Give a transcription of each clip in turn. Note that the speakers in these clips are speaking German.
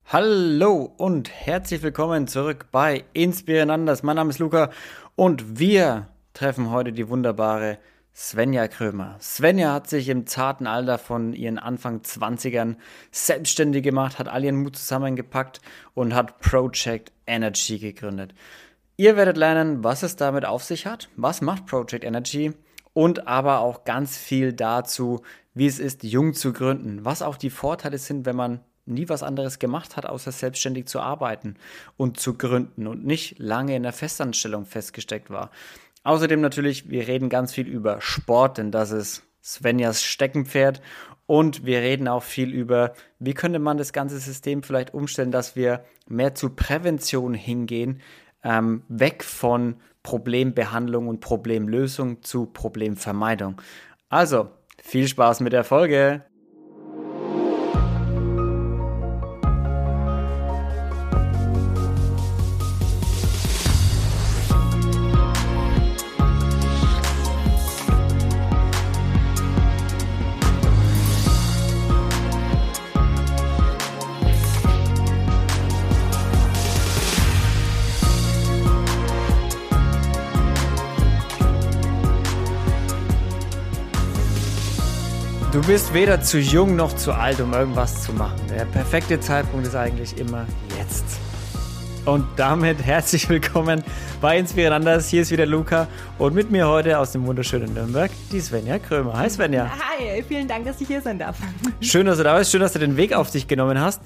Hallo und herzlich willkommen zurück bei Inspiranders. Mein Name ist Luca und wir treffen heute die wunderbare Svenja Krömer. Svenja hat sich im zarten Alter von ihren Anfang 20ern selbstständig gemacht, hat all ihren Mut zusammengepackt und hat Project Energy gegründet. Ihr werdet lernen, was es damit auf sich hat, was macht Project Energy und aber auch ganz viel dazu, wie es ist, jung zu gründen, was auch die Vorteile sind, wenn man nie was anderes gemacht hat, außer selbstständig zu arbeiten und zu gründen und nicht lange in der Festanstellung festgesteckt war. Außerdem natürlich, wir reden ganz viel über Sport, denn das ist Svenjas Steckenpferd. Und wir reden auch viel über, wie könnte man das ganze System vielleicht umstellen, dass wir mehr zu Prävention hingehen, weg von Problembehandlung und Problemlösung zu Problemvermeidung. Also, viel Spaß mit der Folge! Du bist weder zu jung noch zu alt, um irgendwas zu machen. Der perfekte Zeitpunkt ist eigentlich immer jetzt. Und damit herzlich willkommen bei Inspiranders. Hier ist wieder Luca und mit mir heute aus dem wunderschönen Nürnberg die Svenja Krömer. Hi Svenja. Hi, vielen Dank, dass ich hier sein darf. Schön, dass du da bist. Schön, dass du den Weg auf dich genommen hast.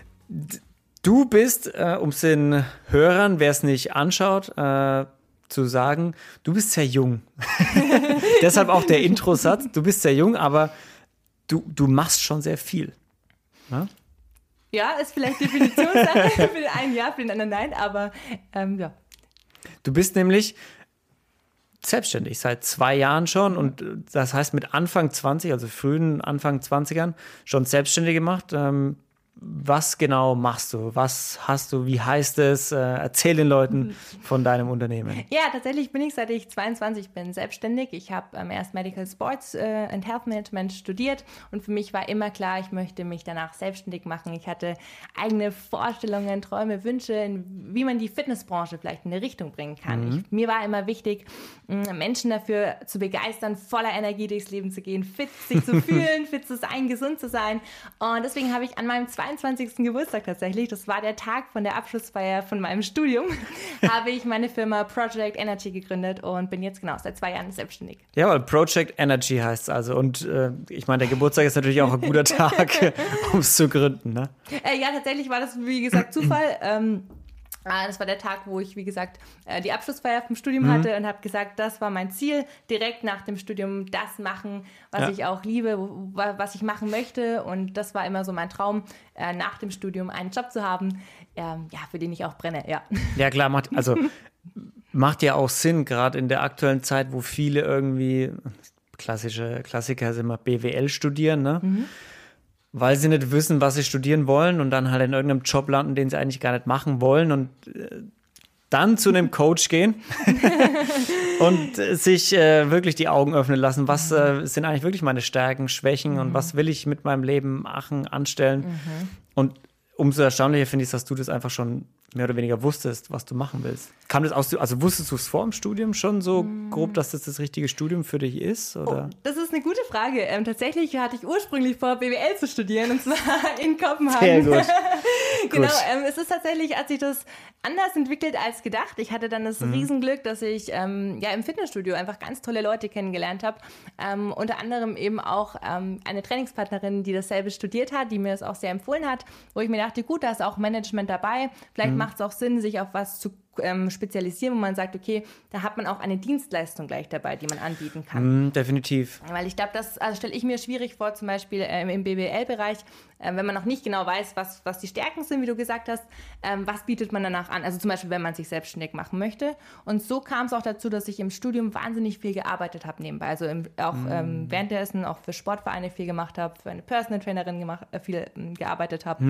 Du bist, um es den Hörern, wer es nicht anschaut, zu sagen, du bist sehr jung. Deshalb auch der Introsatz. Du bist sehr jung, aber du machst schon sehr viel. Ja? Ja, ist vielleicht Definitionssache. Für den einen ja, für den anderen nein, aber ja. Du bist nämlich selbstständig seit 2 Jahren schon und das heißt mit Anfang 20, also frühen Anfang 20ern, schon selbstständig gemacht. Was genau machst du? Was hast du? Wie heißt es? Erzähl den Leuten von deinem Unternehmen. Ja, tatsächlich bin ich, seit ich 22 bin, selbstständig. Ich habe erst Medical Sports and Health Management studiert und für mich war immer klar, ich möchte mich danach selbstständig machen. Ich hatte eigene Vorstellungen, Träume, Wünsche, wie man die Fitnessbranche vielleicht in eine Richtung bringen kann. Mir war immer wichtig, Menschen dafür zu begeistern, voller Energie durchs Leben zu gehen, fit sich zu fühlen, fit zu sein, gesund zu sein. Und deswegen habe ich an meinem 22. Geburtstag tatsächlich, das war der Tag von der Abschlussfeier von meinem Studium, habe ich meine Firma Project Energy gegründet und bin jetzt genau seit 2 Jahren selbstständig. Ja, weil Project Energy heißt es also und ich meine, der Geburtstag ist natürlich auch ein guter Tag, um es zu gründen, ne? Ja, tatsächlich war das, wie gesagt, Zufall. Das war der Tag, wo ich, wie gesagt, die Abschlussfeier vom Studium hatte und habe gesagt, das war mein Ziel, direkt nach dem Studium das machen, was ich auch liebe, was ich machen möchte. Und das war immer so mein Traum, nach dem Studium einen Job zu haben, für den ich auch brenne. Ja klar, macht ja auch Sinn, gerade in der aktuellen Zeit, wo viele irgendwie, Klassiker sind immer BWL studieren, ne? Weil sie nicht wissen, was sie studieren wollen und dann halt in irgendeinem Job landen, den sie eigentlich gar nicht machen wollen und dann zu einem Coach gehen und sich wirklich die Augen öffnen lassen. Was sind eigentlich wirklich meine Stärken, Schwächen und was will ich mit meinem Leben machen, anstellen? Und umso erstaunlicher finde ich, dass du das einfach schon mehr oder weniger wusstest, was du machen willst. Kam das aus, also wusstest du es vor dem Studium schon so grob, dass das richtige Studium für dich ist? Oder? Oh, das ist eine gute Frage. Tatsächlich hatte ich ursprünglich vor, BWL zu studieren, und zwar in Kopenhagen. Sehr gut. Genau, es ist tatsächlich, hat sich das anders entwickelt als gedacht. Ich hatte dann das Riesenglück, dass ich im Fitnessstudio einfach ganz tolle Leute kennengelernt habe. Unter anderem eben auch eine Trainingspartnerin, die dasselbe studiert hat, die mir das auch sehr empfohlen hat, wo ich mir dachte, gut, da ist auch Management dabei. Vielleicht macht es auch Sinn, sich auf was zu spezialisieren, wo man sagt, okay, da hat man auch eine Dienstleistung gleich dabei, die man anbieten kann. Definitiv. Weil ich glaube, das stelle ich mir schwierig vor, zum Beispiel im BWL-Bereich, wenn man noch nicht genau weiß, was die Stärken sind, wie du gesagt hast, was bietet man danach an? Also zum Beispiel, wenn man sich selbstständig machen möchte. Und so kam es auch dazu, dass ich im Studium wahnsinnig viel gearbeitet habe nebenbei. Also auch währenddessen auch für Sportvereine viel gemacht habe, für eine Personal Trainerin viel gearbeitet habe,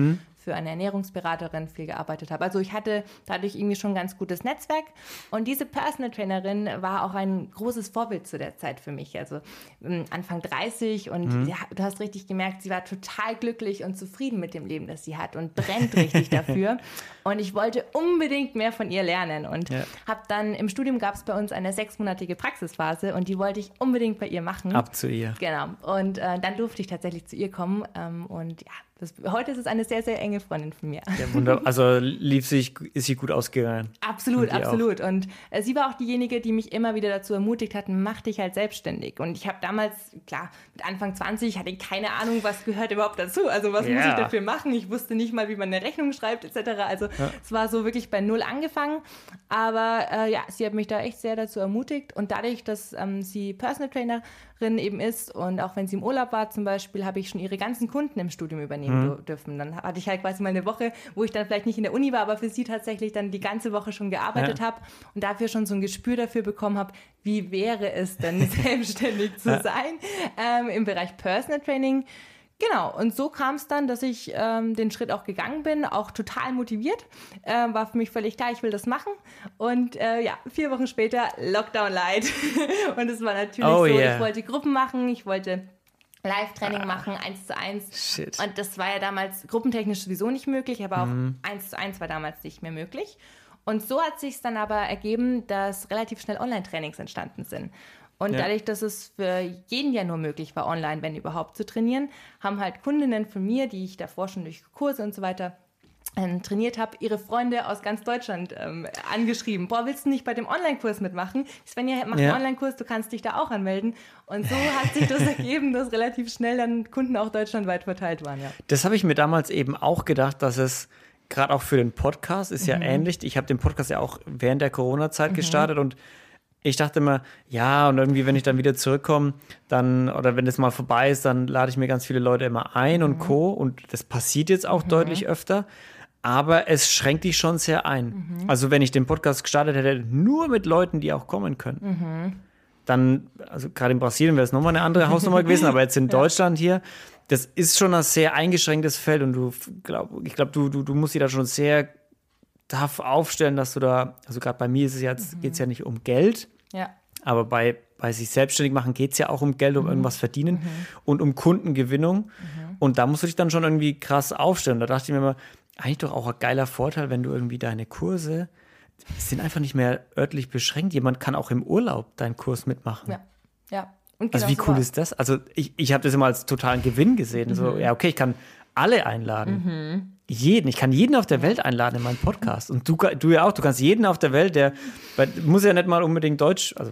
für eine Ernährungsberaterin viel gearbeitet habe. Also ich hatte dadurch irgendwie schon ein ganz gutes Netzwerk und diese Personal Trainerin war auch ein großes Vorbild zu der Zeit für mich. Also Anfang 30 und ja, du hast richtig gemerkt, sie war total glücklich und zufrieden mit dem Leben, das sie hat und brennt richtig dafür. Und ich wollte unbedingt mehr von ihr lernen und habe dann, im Studium gab es bei uns eine 6-monatige Praxisphase und die wollte ich unbedingt bei ihr machen. Ab zu ihr. Genau. Und dann durfte ich tatsächlich zu ihr kommen und ja, heute ist es eine sehr, sehr enge Freundin von mir. Ja, wunderbar. Also ist sie gut ausgegangen? Absolut, absolut. Auch. Und sie war auch diejenige, die mich immer wieder dazu ermutigt hat, mach dich halt selbstständig. Und ich habe damals, klar, mit Anfang 20 hatte ich keine Ahnung, was gehört überhaupt dazu. Also was muss ich dafür machen? Ich wusste nicht mal, wie man eine Rechnung schreibt, etc. Also es war so wirklich bei Null angefangen. Aber sie hat mich da echt sehr dazu ermutigt. Und dadurch, dass sie Personal Trainerin eben ist und auch wenn sie im Urlaub war zum Beispiel, habe ich schon ihre ganzen Kunden im Studium übernehmen dürfen. Dann hatte ich halt quasi mal eine Woche, wo ich dann vielleicht nicht in der Uni war, aber für sie tatsächlich dann die ganze Woche schon gearbeitet habe und dafür schon so ein Gespür dafür bekommen habe, wie wäre es denn, selbstständig zu sein im Bereich Personal Training. Genau, und so kam es dann, dass ich den Schritt auch gegangen bin, auch total motiviert. War für mich völlig klar, ich will das machen. Und 4 Wochen später Lockdown Light. Und es war natürlich ich wollte Gruppen machen, ich wollte Live-Training machen, 1:1. Shit. Und das war ja damals gruppentechnisch sowieso nicht möglich, aber auch 1:1 war damals nicht mehr möglich. Und so hat sich es dann aber ergeben, dass relativ schnell Online-Trainings entstanden sind. Und dadurch, dass es für jeden ja nur möglich war, online, wenn überhaupt, zu trainieren, haben halt Kundinnen von mir, die ich davor schon durch Kurse und so weiter trainiert habe, ihre Freunde aus ganz Deutschland angeschrieben. Boah, willst du nicht bei dem Online-Kurs mitmachen? Svenja macht einen Online-Kurs, du kannst dich da auch anmelden. Und so hat sich das ergeben, dass relativ schnell dann Kunden auch deutschlandweit verteilt waren. Ja. Das habe ich mir damals eben auch gedacht, dass es gerade auch für den Podcast ist ja ähnlich. Ich habe den Podcast ja auch während der Corona-Zeit gestartet und ich dachte immer, ja, und irgendwie, wenn ich dann wieder zurückkomme, dann, oder wenn das mal vorbei ist, dann lade ich mir ganz viele Leute immer ein und Co. Und das passiert jetzt auch deutlich öfter. Aber es schränkt dich schon sehr ein. Also wenn ich den Podcast gestartet hätte, nur mit Leuten, die auch kommen können, dann, also gerade in Brasilien wäre es nochmal eine andere Hausnummer gewesen, aber jetzt in Deutschland hier, das ist schon ein sehr eingeschränktes Feld und ich glaube, du musst dich da schon sehr tough aufstellen, dass du da, also gerade bei mir ist es jetzt, geht es ja nicht um Geld, aber bei sich selbstständig machen geht es ja auch um Geld, um irgendwas verdienen und um Kundengewinnung und da musst du dich dann schon irgendwie krass aufstellen. Da dachte ich mir immer, eigentlich doch auch ein geiler Vorteil, wenn du irgendwie deine Kurse sind einfach nicht mehr örtlich beschränkt. Jemand kann auch im Urlaub deinen Kurs mitmachen. Ja. Und also wie cool ist das? Also ich habe das immer als totalen Gewinn gesehen. So, ja, okay, ich kann alle einladen. Jeden. Ich kann jeden auf der Welt einladen in meinen Podcast. Und du ja auch. Du kannst jeden auf der Welt, muss ja nicht mal unbedingt Deutsch, also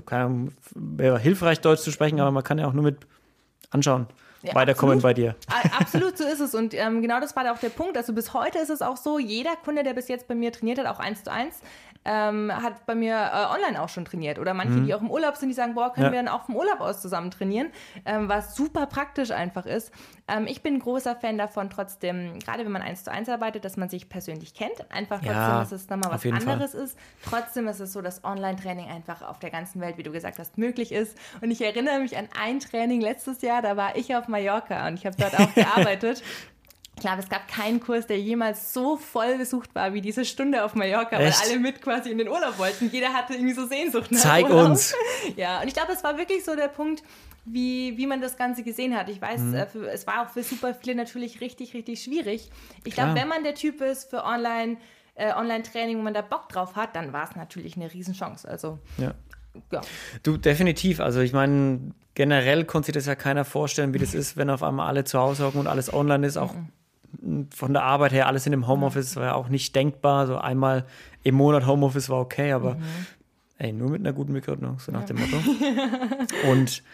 wäre hilfreich, Deutsch zu sprechen, aber man kann ja auch nur mit anschauen. Weiterkommen bei dir. Absolut, so ist es. Und genau das war auch der Punkt. Also bis heute ist es auch so, jeder Kunde, der bis jetzt bei mir trainiert hat, auch 1:1, hat bei mir online auch schon trainiert. Oder manche, die auch im Urlaub sind, die sagen, boah, können wir dann auch vom Urlaub aus zusammen trainieren, was super praktisch einfach ist. Ich bin ein großer Fan davon trotzdem, gerade wenn man 1:1 arbeitet, dass man sich persönlich kennt. Einfach trotzdem, dass es nochmal was anderes ist. Trotzdem ist es so, dass Online-Training einfach auf der ganzen Welt, wie du gesagt hast, möglich ist. Und ich erinnere mich an ein Training letztes Jahr, da war ich auf Mallorca und ich habe dort auch gearbeitet. Ich glaube, es gab keinen Kurs, der jemals so voll besucht war wie diese Stunde auf Mallorca, weil alle mit quasi in den Urlaub wollten. Jeder hatte irgendwie so Sehnsucht nach Zeig Urlaub. Uns! Ja, und ich glaube, es war wirklich so der Punkt, wie man das Ganze gesehen hat. Ich weiß, es war auch für super viele natürlich richtig, richtig schwierig. Ich glaube, wenn man der Typ ist für Online-Training, wo man da Bock drauf hat, dann war es natürlich eine Riesenchance. Also, ja. Du, definitiv. Also ich meine, generell konnte sich das ja keiner vorstellen, wie das ist, wenn auf einmal alle zu Hause hocken und alles online ist, auch von der Arbeit her, alles in dem Homeoffice war ja auch nicht denkbar. So einmal im Monat Homeoffice war okay, aber nur mit einer guten Begründung, so nach dem Motto. Und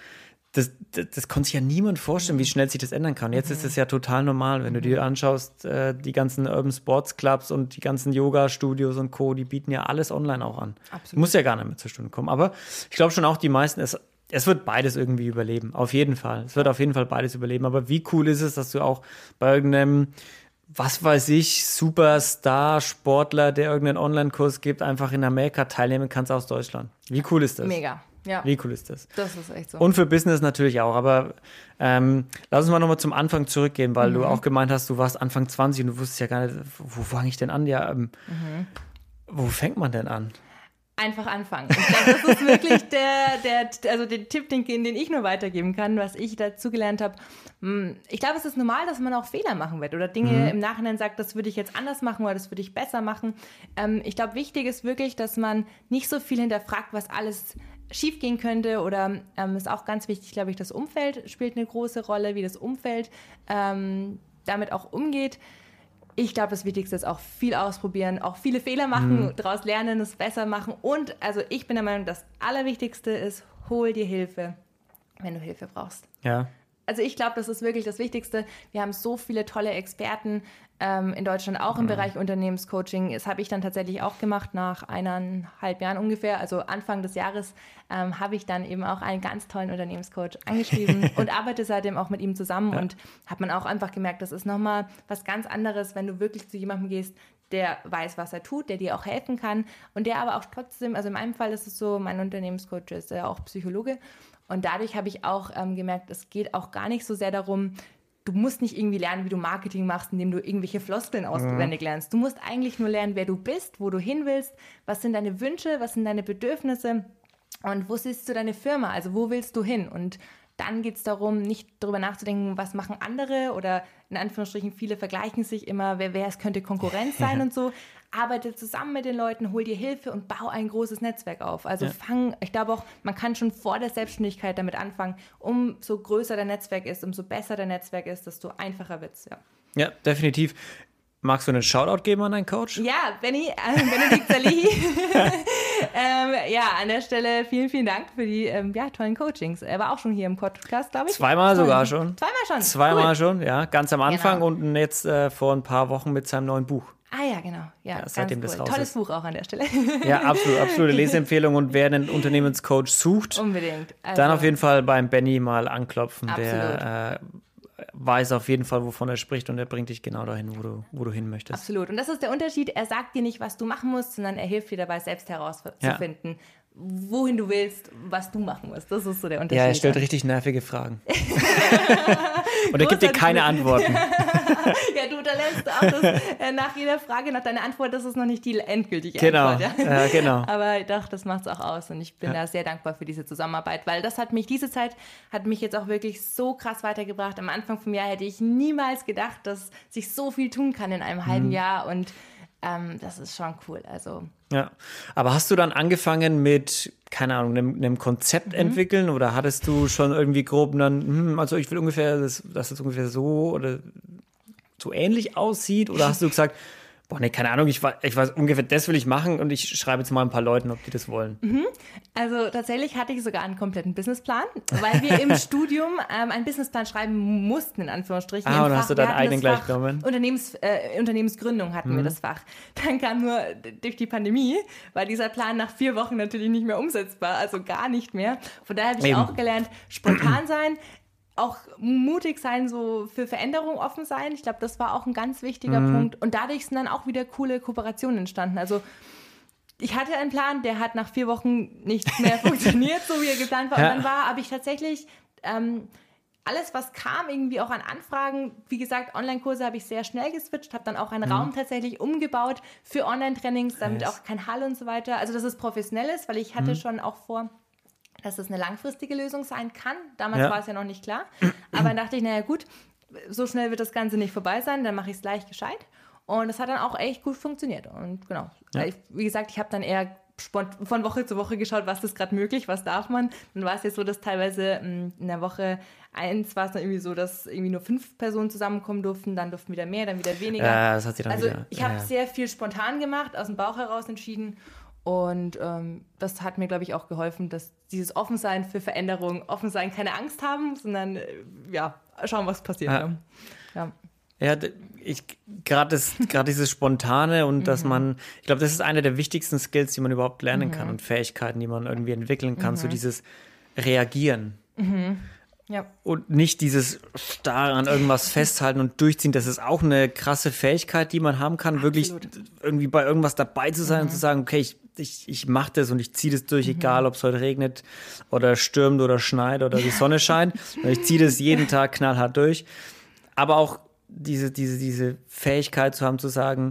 das konnte sich ja niemand vorstellen, wie schnell sich das ändern kann. Jetzt ist es ja total normal, wenn du dir anschaust, die ganzen Urban Sports Clubs und die ganzen Yoga-Studios und Co., die bieten ja alles online auch an. Absolut. Du musst ja gar nicht mehr zur Stunde kommen. Aber ich glaube schon auch, die meisten, es wird beides irgendwie überleben. Auf jeden Fall. Es wird auf jeden Fall beides überleben. Aber wie cool ist es, dass du auch bei irgendeinem, was weiß ich, Superstar-Sportler, der irgendeinen Online-Kurs gibt, einfach in Amerika teilnehmen kannst aus Deutschland. Wie cool ist das? Mega. Ja. Wie cool ist das? Das ist echt so. Und für Business natürlich auch. Aber lass uns mal nochmal zum Anfang zurückgehen, weil du auch gemeint hast, du warst Anfang 20 und du wusstest ja gar nicht, wo fange ich denn an? Ja, wo fängt man denn an? Einfach anfangen. Ich glaube, das ist wirklich der Tipp, den ich nur weitergeben kann, was ich dazu gelernt habe. Ich glaube, es ist normal, dass man auch Fehler machen wird oder Dinge im Nachhinein sagt, das würde ich jetzt anders machen oder das würde ich besser machen. Ich glaube, wichtig ist wirklich, dass man nicht so viel hinterfragt, was alles schief gehen könnte oder ist auch ganz wichtig, glaube ich, das Umfeld spielt eine große Rolle, wie das Umfeld damit auch umgeht. Ich glaube, das Wichtigste ist auch viel ausprobieren, auch viele Fehler machen, daraus lernen, es besser machen. Und also ich bin der Meinung, das Allerwichtigste ist, hol dir Hilfe, wenn du Hilfe brauchst. Ja. Also ich glaube, das ist wirklich das Wichtigste. Wir haben so viele tolle Experten in Deutschland, auch im Bereich Unternehmenscoaching. Das habe ich dann tatsächlich auch gemacht nach 1,5 Jahren ungefähr. Also Anfang des Jahres habe ich dann eben auch einen ganz tollen Unternehmenscoach angeschrieben und arbeite seitdem auch mit ihm zusammen. Und hat man auch einfach gemerkt, das ist nochmal was ganz anderes, wenn du wirklich zu jemandem gehst, der weiß, was er tut, der dir auch helfen kann und der aber auch trotzdem, also in meinem Fall ist es so, mein Unternehmenscoach ist auch Psychologe. Und dadurch habe ich auch gemerkt, es geht auch gar nicht so sehr darum, du musst nicht irgendwie lernen, wie du Marketing machst, indem du irgendwelche Floskeln auswendig lernst. Du musst eigentlich nur lernen, wer du bist, wo du hin willst, was sind deine Wünsche, was sind deine Bedürfnisse und wo siehst du deine Firma, also wo willst du hin? Und dann geht es darum, nicht darüber nachzudenken, was machen andere oder in Anführungsstrichen, viele vergleichen sich immer, wer es könnte Konkurrenz sein und so. Arbeite zusammen mit den Leuten, hol dir Hilfe und bau ein großes Netzwerk auf. Also ich glaube auch, man kann schon vor der Selbstständigkeit damit anfangen. Umso größer dein Netzwerk ist, umso besser dein Netzwerk ist, desto einfacher wird es, Ja, definitiv. Magst du einen Shoutout geben an deinen Coach? Ja, Benedikt Salihi. An der Stelle vielen, vielen Dank für die tollen Coachings. Er war auch schon hier im Podcast, glaube ich. Zweimal sogar schon. Zweimal schon, ja. Ganz am Anfang und jetzt vor ein paar Wochen mit seinem neuen Buch. Ah ja, genau. Ja, seitdem das raus tolles ist. Buch auch an der Stelle. Ja, absolute Leseempfehlung. Und wer einen Unternehmenscoach sucht, unbedingt. Also, dann auf jeden Fall beim Benny mal anklopfen. Absolut. Der weiß auf jeden Fall, wovon er spricht und er bringt dich genau dahin, wo du hin möchtest. Absolut. Und das ist der Unterschied. Er sagt dir nicht, was du machen musst, sondern er hilft dir dabei, selbst herauszufinden, wohin du willst, was du machen musst. Das ist so der Unterschied. Ja, er stellt richtig nervige Fragen. Und er gibt dir keine Antworten. Ja, du unterlässt auch das, nach jeder Frage, nach deiner Antwort, das ist noch nicht die endgültige Antwort. Ja? Genau. Aber doch, das macht es auch aus und ich bin da sehr dankbar für diese Zusammenarbeit, weil diese Zeit hat mich jetzt auch wirklich so krass weitergebracht. Am Anfang vom Jahr hätte ich niemals gedacht, dass sich so viel tun kann in einem halben Jahr und das ist schon cool. Also. Ja, aber hast du dann angefangen mit, keine Ahnung, einem Konzept entwickeln oder hattest du schon irgendwie grob dann, also ich will ungefähr, dass das ungefähr so oder so ähnlich aussieht oder hast du gesagt, boah, nee, keine Ahnung, ich weiß ungefähr, das will ich machen und ich schreibe jetzt mal ein paar Leuten, ob die das wollen. Also tatsächlich hatte ich sogar einen kompletten Businessplan, weil wir im Studium einen Businessplan schreiben mussten, in Anführungsstrichen. Und hast du deinen eigenen gleich genommen? Unternehmensgründung hatten wir das Fach. Dann kam nur durch die Pandemie, war dieser Plan nach 4 Wochen natürlich nicht mehr umsetzbar, also gar nicht mehr. Von daher habe ich auch gelernt, spontan sein, auch mutig sein, so für Veränderung offen sein. Ich glaube, das war auch ein ganz wichtiger Punkt. Und dadurch sind dann auch wieder coole Kooperationen entstanden. Also ich hatte einen Plan, der hat nach 4 Wochen nicht mehr funktioniert, so wie er geplant war. Und dann habe ich tatsächlich alles, was kam, irgendwie auch an Anfragen, wie gesagt, Online-Kurse habe ich sehr schnell geswitcht, habe dann auch einen Raum tatsächlich umgebaut für Online-Trainings, damit auch kein Hall und so weiter. Also dass es professionell ist, weil ich hatte schon auch vor, dass es eine langfristige Lösung sein kann. Damals war es ja noch nicht klar. Aber dann dachte ich, naja gut, so schnell wird das Ganze nicht vorbei sein, dann mache ich es gleich gescheit. Und das hat dann auch echt gut funktioniert. Und genau, wie gesagt, ich habe dann eher von Woche zu Woche geschaut, was ist gerade möglich, was darf man. Dann war es jetzt so, dass teilweise in der Woche 1 war es dann irgendwie so, dass irgendwie nur 5 Personen zusammenkommen durften, dann durften wieder mehr, dann wieder weniger. Ja, das hat sich dann wieder. Ich habe sehr viel spontan gemacht, aus dem Bauch heraus entschieden. Und das hat mir, glaube ich, auch geholfen, dass dieses Offensein für Veränderung, Offensein, keine Angst haben, sondern schauen, was passiert. Ja, gerade dieses Spontane und dass man, ich glaube, das ist eine der wichtigsten Skills, die man überhaupt lernen kann und Fähigkeiten, die man irgendwie entwickeln kann, so dieses Reagieren. Ja. Und nicht dieses starr an irgendwas festhalten und durchziehen. Das ist auch eine krasse Fähigkeit, die man haben kann, wirklich irgendwie bei irgendwas dabei zu sein und zu sagen, okay, ich mache das und ich ziehe das durch, egal ob es heute regnet oder stürmt oder schneit oder die Sonne scheint. Und ich ziehe das jeden Tag knallhart durch. Aber auch diese Fähigkeit zu haben, zu sagen,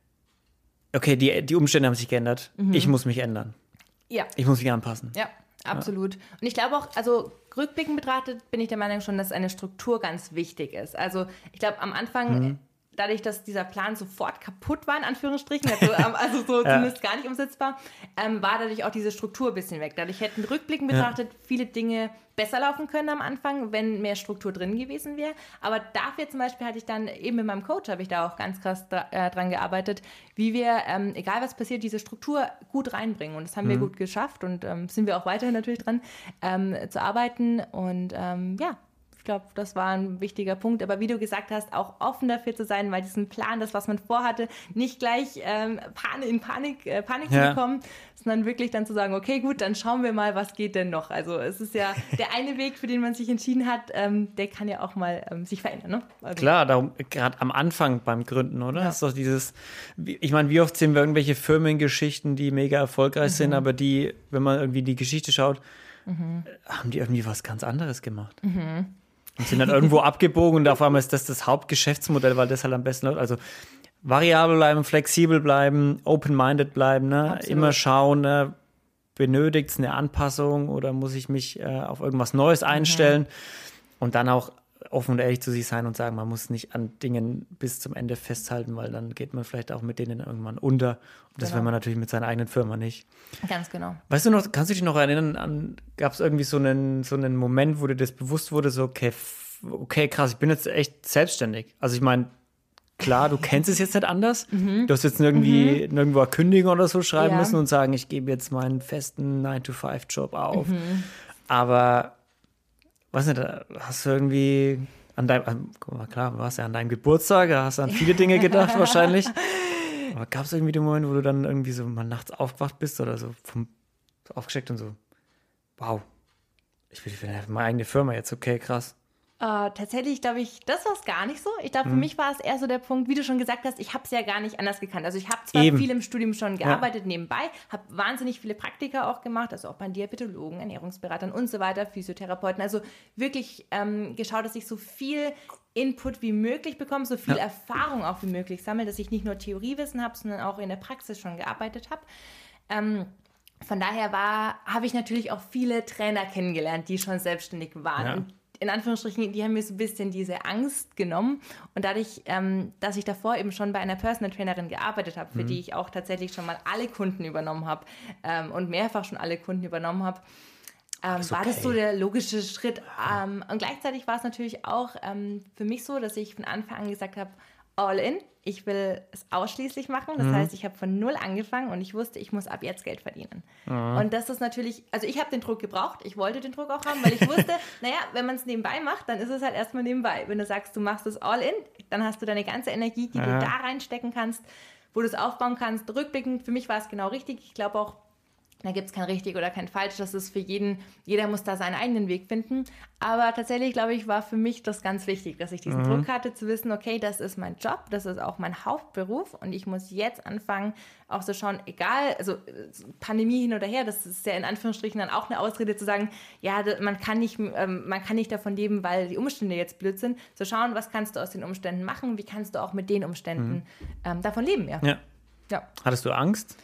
okay, die Umstände haben sich geändert. Ich muss mich ändern. Ja. Ich muss mich anpassen. Ja, absolut. Und ich glaube auch, also rückblickend betrachtet bin ich der Meinung schon, dass eine Struktur ganz wichtig ist. Also ich glaube, am Anfang, dadurch, dass dieser Plan sofort kaputt war, in Anführungsstrichen, also so zumindest gar nicht umsetzbar, war dadurch auch diese Struktur ein bisschen weg. Dadurch hätten rückblickend betrachtet viele Dinge besser laufen können am Anfang, wenn mehr Struktur drin gewesen wäre. Aber dafür zum Beispiel hatte ich dann eben mit meinem Coach, habe ich da auch ganz krass dran gearbeitet, wie wir, egal was passiert, diese Struktur gut reinbringen. Und das haben wir gut geschafft und sind wir auch weiterhin natürlich dran zu arbeiten. Und ich glaube, das war ein wichtiger Punkt. Aber wie du gesagt hast, auch offen dafür zu sein, weil diesen Plan, das, was man vorhatte, nicht gleich in Panik zu bekommen, sondern wirklich dann zu sagen, okay, gut, dann schauen wir mal, was geht denn noch. Also es ist ja der eine Weg, für den man sich entschieden hat, der kann ja auch mal sich verändern. Ne? Also, klar, darum gerade am Anfang beim Gründen, oder? Ja. Das ist doch dieses, ich meine, wie oft sehen wir irgendwelche Firmengeschichten, die mega erfolgreich sind, aber die, wenn man irgendwie die Geschichte schaut, haben die irgendwie was ganz anderes gemacht. Und sind dann irgendwo abgebogen und auf einmal ist das Hauptgeschäftsmodell, weil das halt am besten läuft. Also variabel bleiben, flexibel bleiben, open-minded bleiben, ne? Immer schauen, ne? Benötigt es eine Anpassung oder muss ich mich auf irgendwas Neues einstellen? Und dann auch offen und ehrlich zu sich sein und sagen, man muss nicht an Dingen bis zum Ende festhalten, weil dann geht man vielleicht auch mit denen irgendwann unter. Und das will man natürlich mit seiner eigenen Firma nicht. Ganz genau. Weißt du noch, kannst du dich noch erinnern, gab es irgendwie so einen Moment, wo dir das bewusst wurde, so, okay, krass, ich bin jetzt echt selbstständig. Also ich meine, klar, du kennst es jetzt nicht anders. Du hast jetzt nirgendwo eine Kündigung oder so schreiben müssen und sagen, ich gebe jetzt meinen festen 9-to-5-Job auf. Aber weiß nicht, hast du irgendwie klar, warst ja an deinem Geburtstag, da hast du an viele Dinge gedacht wahrscheinlich. Aber gab es irgendwie den Moment, wo du dann irgendwie so mal nachts aufgewacht bist oder so aufgesteckt und so, wow, ich will meine eigene Firma jetzt, okay, krass. Tatsächlich glaube ich, das war es gar nicht so. Ich glaube, für mich war es eher so der Punkt, wie du schon gesagt hast, ich habe es ja gar nicht anders gekannt. Also ich habe zwar viel im Studium schon gearbeitet nebenbei, habe wahnsinnig viele Praktika auch gemacht, also auch bei Diabetologen, Ernährungsberatern und so weiter, Physiotherapeuten. Also wirklich geschaut, dass ich so viel Input wie möglich bekomme, so viel Erfahrung auch wie möglich sammle, dass ich nicht nur Theoriewissen habe, sondern auch in der Praxis schon gearbeitet habe. Von daher habe ich natürlich auch viele Trainer kennengelernt, die schon selbstständig waren. Ja. Und in Anführungsstrichen, die haben mir so ein bisschen diese Angst genommen. Und dadurch, dass ich davor eben schon bei einer Personal Trainerin gearbeitet habe, für die ich auch tatsächlich schon mal alle Kunden übernommen habe und mehrfach schon alle Kunden übernommen habe, war das so der logische Schritt. Und gleichzeitig war es natürlich auch für mich so, dass ich von Anfang an gesagt habe, all in, ich will es ausschließlich machen. Das heißt, ich habe von null angefangen und ich wusste, ich muss ab jetzt Geld verdienen. Und das ist natürlich, also ich habe den Druck gebraucht, ich wollte den Druck auch haben, weil ich wusste, naja, wenn man es nebenbei macht, dann ist es halt erstmal nebenbei. Wenn du sagst, du machst es all in, dann hast du deine ganze Energie, die du da reinstecken kannst, wo du es aufbauen kannst. Rückblickend, für mich war es genau richtig. Ich glaube auch, da gibt es kein richtig oder kein falsch, das ist für jeder muss da seinen eigenen Weg finden. Aber tatsächlich, glaube ich, war für mich das ganz wichtig, dass ich diesen Druck hatte, zu wissen, okay, das ist mein Job, das ist auch mein Hauptberuf und ich muss jetzt anfangen, auch zu schauen, egal, also Pandemie hin oder her, das ist ja in Anführungsstrichen dann auch eine Ausrede zu sagen, ja, man kann nicht davon leben, weil die Umstände jetzt blöd sind. Zu schauen, was kannst du aus den Umständen machen, wie kannst du auch mit den Umständen davon leben, ja. Hattest du Angst?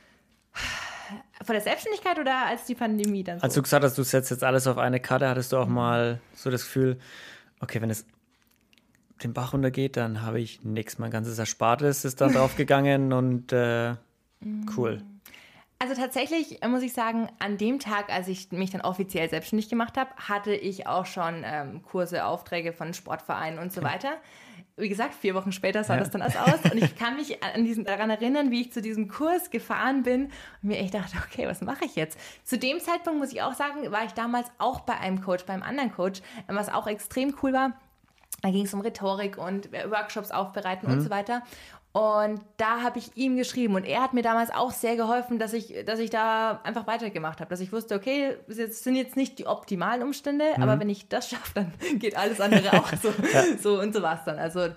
Vor der Selbstständigkeit oder als die Pandemie dann so? Als du gesagt hast, du setzt jetzt alles auf eine Karte, hattest du auch mal so das Gefühl, okay, wenn es den Bach runtergeht, dann habe ich nichts. Mein ganzes Erspartes ist dann draufgegangen und cool. Also tatsächlich muss ich sagen, an dem Tag, als ich mich dann offiziell selbstständig gemacht habe, hatte ich auch schon Kurse, Aufträge von Sportvereinen und so weiter. Wie gesagt, 4 Wochen später sah das dann aus. Und ich kann mich daran erinnern, wie ich zu diesem Kurs gefahren bin und mir echt dachte, okay, was mache ich jetzt? Zu dem Zeitpunkt, muss ich auch sagen, war ich damals auch bei einem Coach, beim anderen Coach, was auch extrem cool war. Da ging es um Rhetorik und Workshops aufbereiten und so weiter. Und da habe ich ihm geschrieben und er hat mir damals auch sehr geholfen, dass ich da einfach weitergemacht habe. Dass ich wusste, okay, es sind jetzt nicht die optimalen Umstände, aber wenn ich das schaffe, dann geht alles andere auch so. Und so war es dann. Also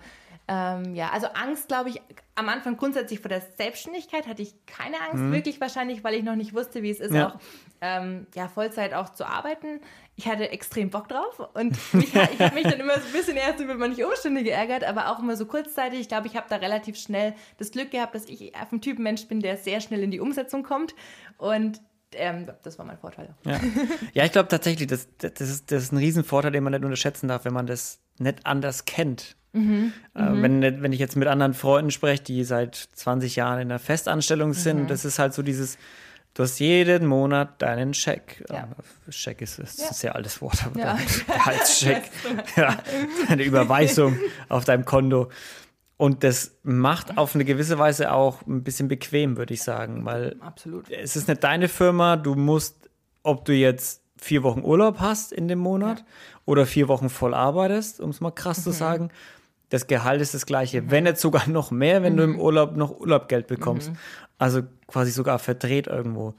Also Angst, glaube ich, am Anfang grundsätzlich vor der Selbstständigkeit hatte ich keine Angst, wirklich wahrscheinlich, weil ich noch nicht wusste, wie es ist, auch Vollzeit auch zu arbeiten. Ich hatte extrem Bock drauf und ich habe mich dann immer so ein bisschen erst über manche Umstände geärgert, aber auch immer so kurzzeitig. Ich glaube, ich habe da relativ schnell das Glück gehabt, dass ich auf ein Typ Mensch bin, der sehr schnell in die Umsetzung kommt und das war mein Vorteil. Ja, ich glaube tatsächlich, das ist ein Riesenvorteil, den man nicht unterschätzen darf, wenn man das nicht anders kennt. Wenn ich jetzt mit anderen Freunden spreche, die seit 20 Jahren in einer Festanstellung sind, das ist halt so dieses, du hast jeden Monat deinen Scheck. Scheck ist ein sehr altes Wort, aber Gehaltscheck. Eine Überweisung auf deinem Konto. Und das macht auf eine gewisse Weise auch ein bisschen bequem, würde ich sagen, weil es ist nicht deine Firma, du musst, ob du jetzt 4 Wochen Urlaub hast in dem Monat oder 4 Wochen voll arbeitest, um es mal krass zu sagen, das Gehalt ist das gleiche, wenn nicht sogar noch mehr, wenn du im Urlaub noch Urlaubgeld bekommst. Also quasi sogar verdreht irgendwo.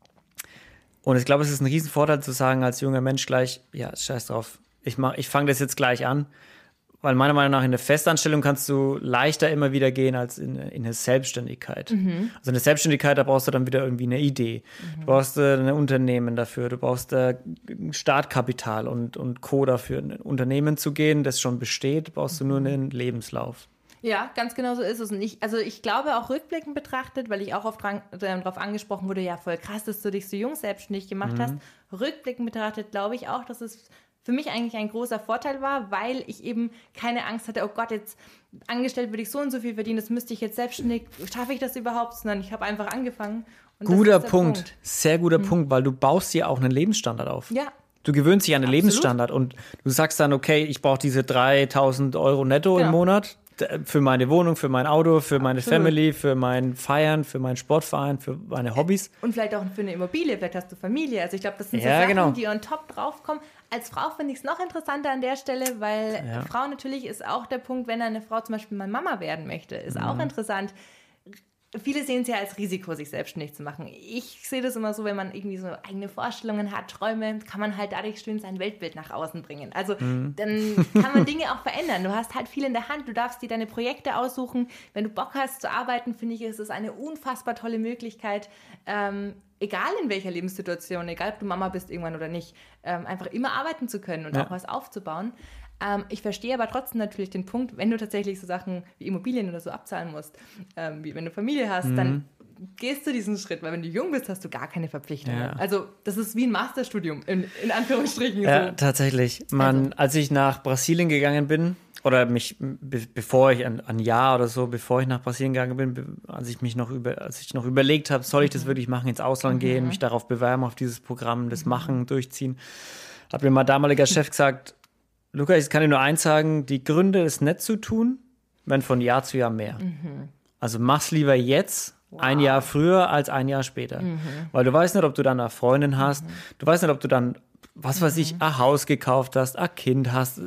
Und ich glaube, es ist ein Riesenvorteil zu sagen als junger Mensch gleich, ja, scheiß drauf, ich fange das jetzt gleich an. Weil meiner Meinung nach in eine Festanstellung kannst du leichter immer wieder gehen als in eine Selbstständigkeit. Also eine Selbstständigkeit, da brauchst du dann wieder irgendwie eine Idee. Du brauchst ein Unternehmen dafür, du brauchst Startkapital und Co. dafür. In ein Unternehmen zu gehen, das schon besteht, brauchst du nur einen Lebenslauf. Ja, ganz genau so ist es. Und ich glaube auch rückblickend betrachtet, weil ich auch oft darauf angesprochen wurde, ja, voll krass, dass du dich so jung selbstständig gemacht hast. Rückblickend betrachtet glaube ich auch, dass es für mich eigentlich ein großer Vorteil war, weil ich eben keine Angst hatte, oh Gott, jetzt angestellt würde ich so und so viel verdienen, das müsste ich jetzt selbstständig, schaffe ich das überhaupt? Sondern ich habe einfach angefangen. Und guter Punkt, sehr guter Punkt, weil du baust dir auch einen Lebensstandard auf. Ja. Du gewöhnst dich an den Lebensstandard und du sagst dann, okay, ich brauche diese 3.000 Euro netto im Monat für meine Wohnung, für mein Auto, für meine Family, für mein Feiern, für meinen Sportverein, für meine Hobbys. Und vielleicht auch für eine Immobilie, vielleicht hast du Familie. Also ich glaube, das sind so Sachen, die on top draufkommen. Als Frau finde ich es noch interessanter an der Stelle, weil Frau natürlich ist auch der Punkt, wenn eine Frau zum Beispiel mal Mama werden möchte, ist auch interessant. Viele sehen es ja als Risiko, sich selbstständig zu machen. Ich sehe das immer so, wenn man irgendwie so eigene Vorstellungen hat, Träume, kann man halt dadurch schön sein Weltbild nach außen bringen. Also dann kann man Dinge auch verändern. Du hast halt viel in der Hand, du darfst dir deine Projekte aussuchen. Wenn du Bock hast zu arbeiten, finde ich, ist es eine unfassbar tolle Möglichkeit, egal in welcher Lebenssituation, egal ob du Mama bist irgendwann oder nicht, einfach immer arbeiten zu können und auch was aufzubauen. Ich verstehe aber trotzdem natürlich den Punkt, wenn du tatsächlich so Sachen wie Immobilien oder so abzahlen musst, wie wenn du Familie hast, dann gehst du diesen Schritt, weil wenn du jung bist, hast du gar keine Verpflichtungen. Ja. Also das ist wie ein Masterstudium, in Anführungsstrichen. Ja, so. Tatsächlich. Als ich nach Brasilien gegangen bin, oder bevor ich ein Jahr oder so, bevor ich nach Brasilien gegangen bin, als ich noch überlegt habe, soll ich das wirklich machen, ins Ausland gehen, mich darauf bewerben, auf dieses Programm, das machen, durchziehen, hat mir mein damaliger Chef gesagt, Luca, ich kann dir nur eins sagen, die Gründe, es nicht zu tun, werden von Jahr zu Jahr mehr. Also mach's lieber jetzt, ein Jahr früher als ein Jahr später. Weil du weißt nicht, ob du dann eine Freundin hast, du weißt nicht, ob du dann, was weiß ich, ein Haus gekauft hast, ein Kind hast,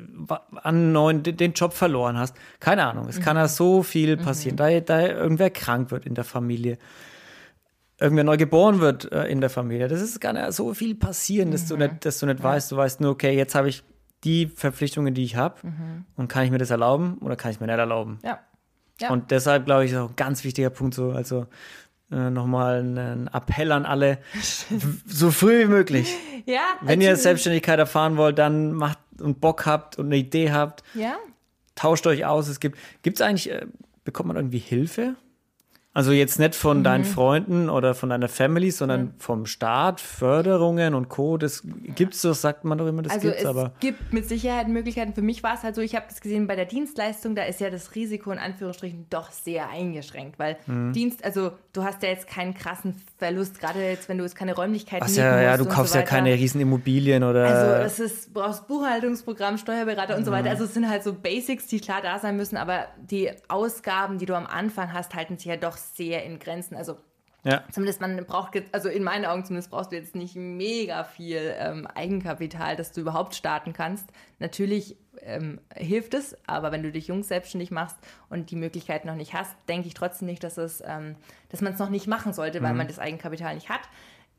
den Job verloren hast. Keine Ahnung, es kann ja so viel passieren, da irgendwer krank wird in der Familie. Irgendwer neu geboren wird in der Familie. Kann ja so viel passieren, dass du nicht weißt. Du weißt nur, okay, jetzt habe ich die Verpflichtungen, die ich habe, und kann ich mir das erlauben oder kann ich es mir nicht erlauben? Ja. Und deshalb, glaube ich, ist auch ein ganz wichtiger Punkt so, also nochmal ein Appell an alle, so früh wie möglich. Ja, wenn ihr Selbstständigkeit erfahren wollt, dann macht und Bock habt und eine Idee habt, tauscht euch aus. Gibt's eigentlich, bekommt man irgendwie Hilfe? Also jetzt nicht von deinen Freunden oder von deiner Family, sondern vom Staat, Förderungen und Co. Das gibt's so, sagt man doch immer, das gibt's. Also es gibt mit Sicherheit Möglichkeiten. Für mich war es halt so, ich habe das gesehen bei der Dienstleistung, da ist ja das Risiko in Anführungsstrichen doch sehr eingeschränkt, weil du hast ja jetzt keinen krassen Verlust, gerade jetzt, wenn du jetzt keine Räumlichkeiten mieten musst. Ja, du kaufst ja keine riesen Immobilien oder... Also brauchst Buchhaltungsprogramm, Steuerberater und so weiter. Also es sind halt so Basics, die klar da sein müssen, aber die Ausgaben, die du am Anfang hast, halten sich ja doch sehr in Grenzen. Also zumindest in meinen Augen zumindest brauchst du jetzt nicht mega viel Eigenkapital, dass du überhaupt starten kannst. Natürlich hilft es, aber wenn du dich jung selbstständig machst und die Möglichkeit noch nicht hast, denke ich trotzdem nicht, dass man es noch nicht machen sollte, weil man das Eigenkapital nicht hat.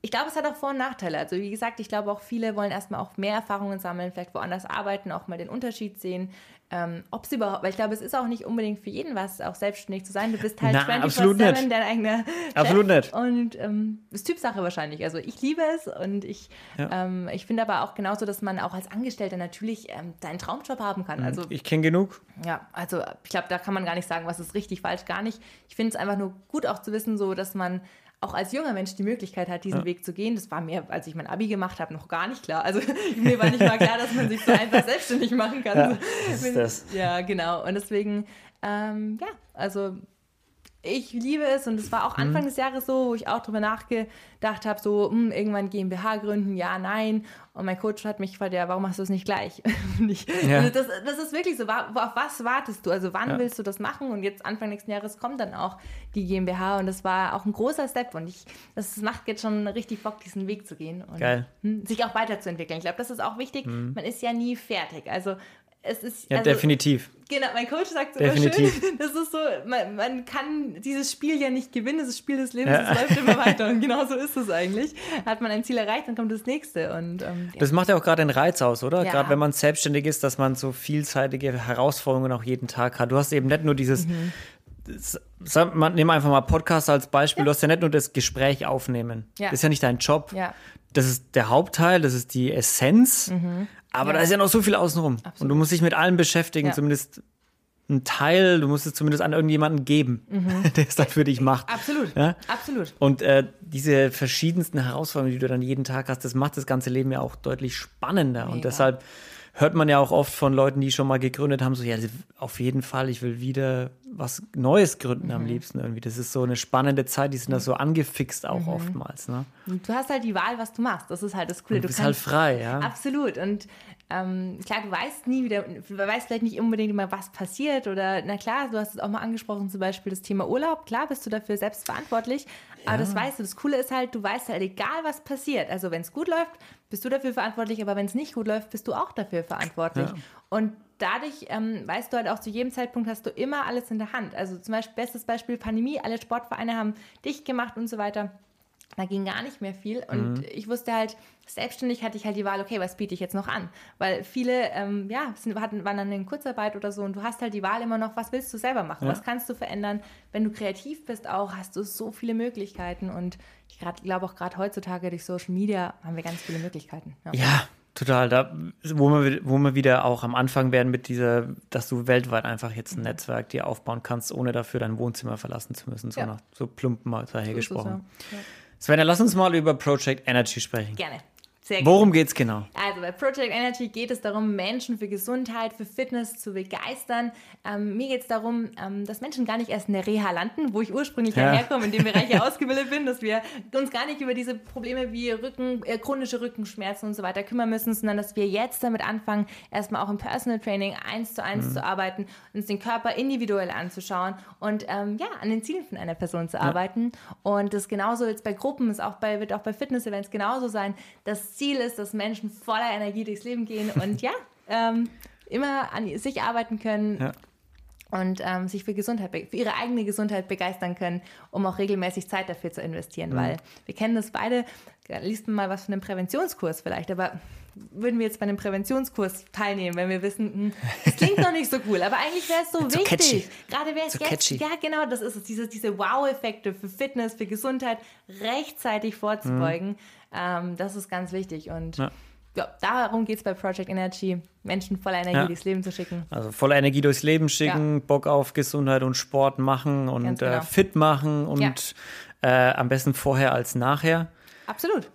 Ich glaube, es hat auch Vor- und Nachteile. Also wie gesagt, ich glaube auch viele wollen erstmal auch mehr Erfahrungen sammeln, vielleicht woanders arbeiten, auch mal den Unterschied sehen. Ob sie überhaupt, weil ich glaube, es ist auch nicht unbedingt für jeden was, auch selbstständig zu sein. Du bist halt 24/7 dein eigener Chef. Absolut nicht. Und ist Typsache wahrscheinlich. Also ich liebe es und ich finde aber auch genauso, dass man auch als Angestellter natürlich seinen Traumjob haben kann. Also ich kenne genug. ja, also ich glaube, da kann man gar nicht sagen, was ist richtig, falsch, gar nicht. Ich finde es einfach nur gut auch zu wissen, so dass man auch als junger Mensch die Möglichkeit hat, diesen Weg zu gehen. Das war mir, als ich mein Abi gemacht habe, noch gar nicht klar. Also mir war nicht mal klar, dass man sich so einfach selbstständig machen kann. Ja, das ist das. Ja, genau. Und deswegen, also ich liebe es und es war auch Anfang des Jahres so, wo ich auch drüber nachgedacht habe, so irgendwann GmbH gründen, ja, nein. Und mein Coach hat mich gefragt, ja, warum machst du es nicht gleich? Also das ist wirklich so, auf was wartest du? Also wann willst du das machen? Und jetzt Anfang nächsten Jahres kommt dann auch die GmbH und das war auch ein großer Step und das macht jetzt schon richtig Bock, diesen Weg zu gehen und sich auch weiterzuentwickeln. Ich glaube, das ist auch wichtig. Man ist ja nie fertig. Also es ist, ja, definitiv. Genau, mein Coach sagt so immer schön, das ist so, man kann dieses Spiel ja nicht gewinnen, das ist das Spiel des Lebens, es läuft immer weiter und genau so ist es eigentlich. Hat man ein Ziel erreicht, dann kommt das nächste. Und, das macht ja auch gerade den Reiz aus, oder? Ja. Gerade wenn man selbstständig ist, dass man so vielseitige Herausforderungen auch jeden Tag hat. Du hast eben nicht nur dieses, nehmen einfach mal Podcast als Beispiel, du hast ja nicht nur das Gespräch aufnehmen. Ja. Das ist ja nicht dein Job. Ja. Das ist der Hauptteil, das ist die Essenz. Aber da ist ja noch so viel außenrum. Absolut. Und du musst dich mit allem beschäftigen, zumindest ein Teil, du musst es zumindest an irgendjemanden geben, der es dann für dich macht. Absolut, ja? absolut. Und diese verschiedensten Herausforderungen, die du dann jeden Tag hast, das macht das ganze Leben ja auch deutlich spannender. Mega. Und deshalb hört man ja auch oft von Leuten, die schon mal gegründet haben, so, ja, auf jeden Fall, ich will wieder was Neues gründen am liebsten irgendwie. Das ist so eine spannende Zeit, die sind da so angefixt auch oftmals. Ne? Und du hast halt die Wahl, was du machst. Das ist halt das Coole. Du bist halt frei, ja. Absolut. Und klar, du weißt vielleicht nicht unbedingt immer, was passiert oder, na klar, du hast es auch mal angesprochen, zum Beispiel das Thema Urlaub. Klar bist du dafür selbst verantwortlich, aber das weißt du. Das Coole ist halt, du weißt halt, egal was passiert. Also wenn es gut läuft, bist du dafür verantwortlich, aber wenn es nicht gut läuft, bist du auch dafür verantwortlich. Ja. Und dadurch weißt du halt auch, zu jedem Zeitpunkt hast du immer alles in der Hand. Also zum Beispiel, bestes Beispiel Pandemie, alle Sportvereine haben dicht gemacht und so weiter. Da ging gar nicht mehr viel und ich wusste halt, selbstständig hatte ich halt die Wahl, okay, was biete ich jetzt noch an? Weil viele, waren dann in Kurzarbeit oder so und du hast halt die Wahl immer noch, was willst du selber machen? Ja. Was kannst du verändern? Wenn du kreativ bist auch, hast du so viele Möglichkeiten und ich glaube auch gerade heutzutage durch Social Media haben wir ganz viele Möglichkeiten. Ja. Total, da, wo wir wieder auch am Anfang werden mit dieser, dass du weltweit einfach jetzt ein Netzwerk dir aufbauen kannst, ohne dafür dein Wohnzimmer verlassen zu müssen, so plump mal dahergesprochen. So. Ja. Svenja, lass uns mal über Project Energy sprechen. Gerne. Worum geht's genau? Also bei Project Energy geht es darum, Menschen für Gesundheit, für Fitness zu begeistern. Mir geht es darum, dass Menschen gar nicht erst in der Reha landen, wo ich ursprünglich herkomme, in dem Bereich ja ausgebildet bin, dass wir uns gar nicht über diese Probleme wie chronische Rückenschmerzen und so weiter kümmern müssen, sondern dass wir jetzt damit anfangen, erstmal auch im Personal Training 1:1 zu arbeiten, uns den Körper individuell anzuschauen und an den Zielen von einer Person zu arbeiten. Und das genauso jetzt bei Gruppen, wird auch bei Fitness-Events genauso sein. Das Ziel ist, dass Menschen voller Energie durchs Leben gehen und immer an sich arbeiten können und sich für ihre eigene Gesundheit begeistern können, um auch regelmäßig Zeit dafür zu investieren, weil wir kennen das beide, liest man mal was von einem Präventionskurs vielleicht, aber würden wir jetzt bei einem Präventionskurs teilnehmen, wenn wir wissen, das klingt noch nicht so cool, aber eigentlich wäre es so wichtig. Catchy. Gerade wäre es jetzt, catchy. Ja genau, das ist es, diese Wow-Effekte für Fitness, für Gesundheit rechtzeitig vorzubeugen, das ist ganz wichtig und darum geht es bei Project Energy, Menschen voller Energie durchs Leben zu schicken. Also voller Energie durchs Leben schicken, Bock auf Gesundheit und Sport machen und fit machen und am besten vorher als nachher. Absolut.